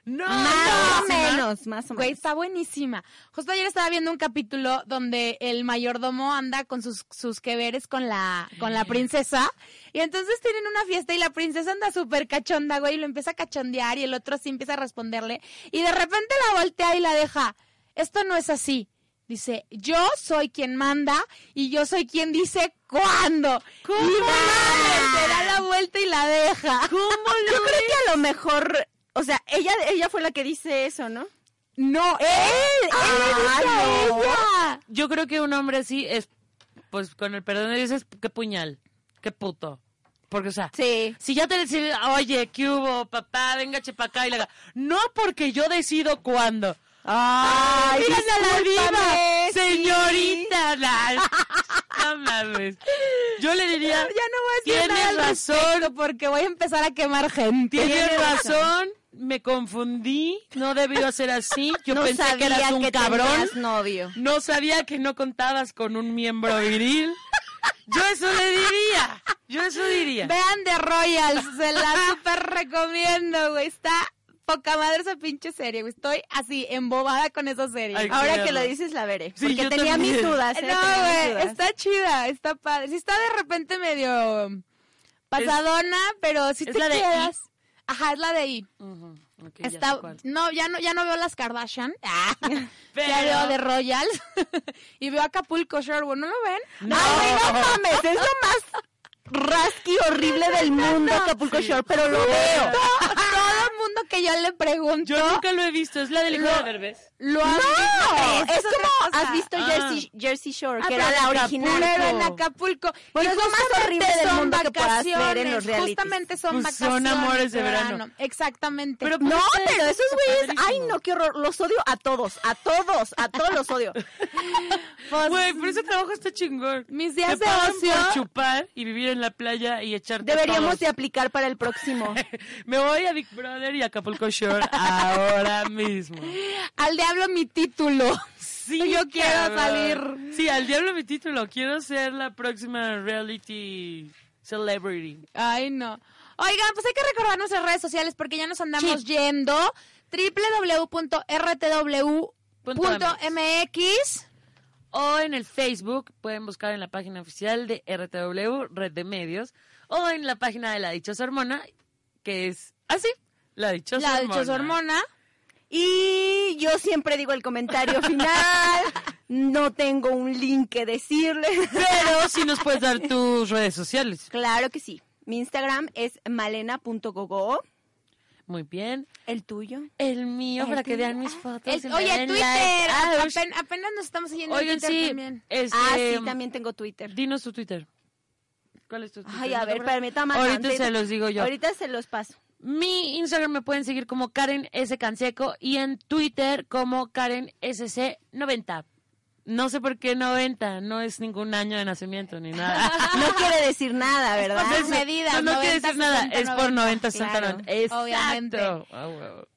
Más o menos, más o Güey, menos. está buenísima. Justo ayer estaba viendo un capítulo donde el mayordomo anda con sus que veres con la princesa. Y entonces tienen una fiesta y la princesa anda súper cachonda, güey, y lo empieza a cachondear y el otro así empieza a responderle. Y de repente la voltea y la deja. Esto no es así. Dice, yo soy quien manda y yo soy quien dice cuándo. ¿Cómo? Y mames, se da la vuelta y la deja. Yo creo que a lo mejor, o sea, ella fue la que dice eso, ¿no? No, él no. ella. Yo creo que un hombre así es, pues, con el perdón de Dios, es qué puñal, qué puto. Porque, o sea, sí. Si ya te decís, oye, ¿qué hubo, papá? Venga, chepa acá y la... No porque yo decido cuándo. ¡Ay, ¡Miren a la discúlpame, diva! ¡Señorita! No mames. Yo le diría, Ya no voy a decir nada tienes al razón, respecto porque voy a empezar a quemar gente. tienes razón, me confundí, no debió ser así. Yo no pensé sabía que eras un cabrón. tenías novio. No sabía que no contabas con un miembro viril. Yo eso diría. Vean The Royals, se la super recomiendo, güey. Está poca madre esa pinche serie, güey. Estoy así, embobada con esa serie. Ay, Ahora claro. que lo dices la veré. Sí, Porque yo tenía también. mis dudas. No, tenía mis güey, dudas. está chida, está padre. Sí está de repente medio pasadona, pero si ¿es te la de quedas. Ajá, es la de I. Ok, ya Está, sé cuál. no, ya no veo las Kardashian. Pero- Ya veo The Royals. Y veo Acapulco Shore, güey, ¿no lo ven? Ay, no mames, es lo más rasky horrible del mundo, Acapulco Shore, pero lo veo. Todo el mundo que yo le pregunto. Yo nunca lo he visto, es la del hijo de Derbez. Lo has No, visto. es Eso como otra cosa. has visto Jersey Shore, que Ah, era pero la en original. Acapulco, pero en Acapulco. Bueno, Y es lo más justamente horrible del son mundo que puedas ver en los vacaciones, realities. Justamente son Pues vacaciones. son amores de verano. Exactamente. Pero No, pero esos güeyes, padrísimo. ay no, qué horror, los odio a todos los odio. Güey, por ese trabajo está chingón. Mis Te días de pagan ocio. por chupar y vivir en la playa y echarte Deberíamos todos. de aplicar para el próximo. Me voy a Big Brother y Acapulco Shore ahora mismo. Al diablo mi título. Sí, Yo quiero cabrón. salir. Sí, al diablo mi título. Quiero ser la próxima reality celebrity. Ay, no. Oigan, pues hay que recordar nuestras redes sociales porque ya nos andamos Sí. yendo. www.rtw.mx. O en el Facebook, pueden buscar en la página oficial de RTW, Red de Medios, o en la página de La Dichosa Hormona, que es así, La Dichosa La Hormona. dichosa hormona. Y yo siempre digo el comentario final. No tengo un link que decirles. Pero sí nos puedes dar tus redes sociales. Claro que sí. Mi Instagram es malena.gogo. Muy bien. ¿El tuyo? El mío, El para que tuyo. vean mis fotos. y me Oye, den Twitter. like. Ah, Apenas nos estamos siguiendo en Oigan, Twitter sí. también. Sí, también tengo Twitter. Dinos tu Twitter. ¿Cuál es tu Twitter? Ay, a ¿No te ver, acuerdas? permítame. Ahorita se los digo yo. Ahorita se los paso. Mi Instagram me pueden seguir como Karen S. Canseco y en Twitter como Karen SC90. No sé por qué 90, no es ningún año de nacimiento ni nada. No quiere decir nada, ¿verdad? Por sus medidas. No quiere 90, decir nada, 60, es por 90, 60, claro, 90. Exacto. obviamente. Ah, huevo.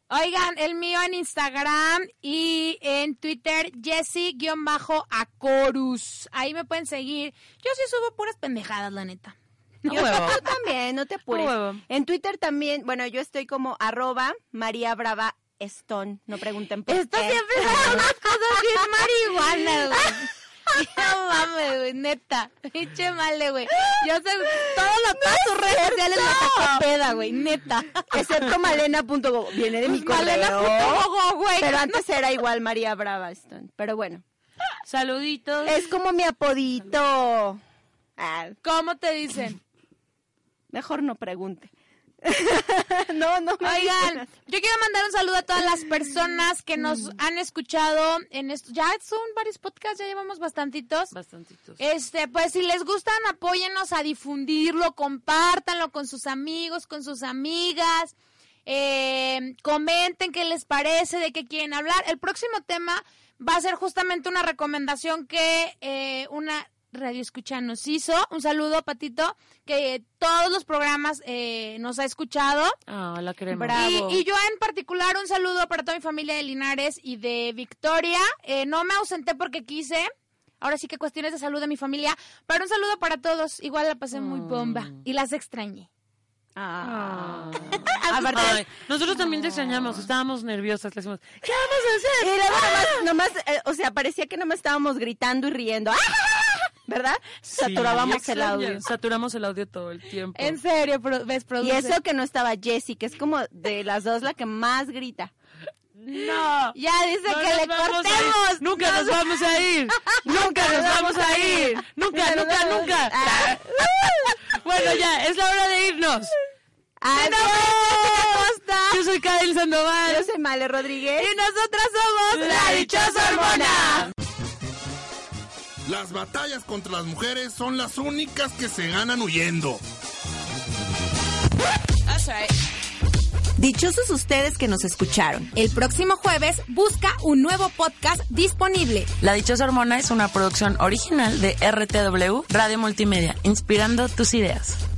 Oigan, el mío en Instagram y en Twitter, Jessie-Acorus. Ahí me pueden seguir. Yo sí subo puras pendejadas, la neta. Yo también, no te apures. En Twitter también, bueno, yo estoy como @MariaBravaStone. No pregunten por qué. Esto siempre son unas cosas bien marihuanas, güey. No mames, güey, neta. Pinche male, güey. Yo sé, todas tus redes sociales me saco peda, güey, neta. Excepto malena.go. Viene de mi correo. Malena.go, güey. Pero antes era igual María Bravastone. Pero bueno. Saluditos. Es como mi apodito. ¿Cómo te dicen? Mejor no pregunte. No. Oigan, yo quiero mandar un saludo a todas las personas que nos han escuchado en esto. Ya son varios podcasts, ya llevamos bastantitos. Pues si les gustan, apóyennos a difundirlo, compártanlo con sus amigos, con sus amigas. Comenten qué les parece, de qué quieren hablar. El próximo tema va a ser justamente una recomendación que una radio escucha nos hizo. Un saludo, Patito, que todos los programas nos ha escuchado. La queremos. Bravo. Y yo en particular un saludo para toda mi familia de Linares y de Victoria. No me ausenté porque quise. Ahora sí que cuestiones de salud de mi familia. Pero un saludo para todos. Igual la pasé muy bomba y las extrañé. Nosotros también te extrañamos, estábamos nerviosas, le decimos, ¿qué vamos a hacer? Y luego nomás, o sea, parecía que nomás estábamos gritando y riendo. ¿Verdad? Saturábamos el audio. Saturamos el audio todo el tiempo. En serio, ves, producer. Y eso que no estaba Jessie, que es como de las dos la que más grita. No. Ya dice No que nos le vamos cortemos. Nunca nos vamos a ir. Nunca nos vamos a ir. Nunca. Bueno, ya, es la hora de irnos. ¡Adiós! Yo soy Karen Sandoval. Yo soy Male Rodríguez. Y nosotras somos La Dichosa Hormona. Las batallas contra las mujeres son las únicas que se ganan huyendo. That's right. Dichosos ustedes que nos escucharon. El próximo jueves busca un nuevo podcast disponible. La Dichosa Hormona es una producción original de RTW Radio Multimedia, inspirando tus ideas.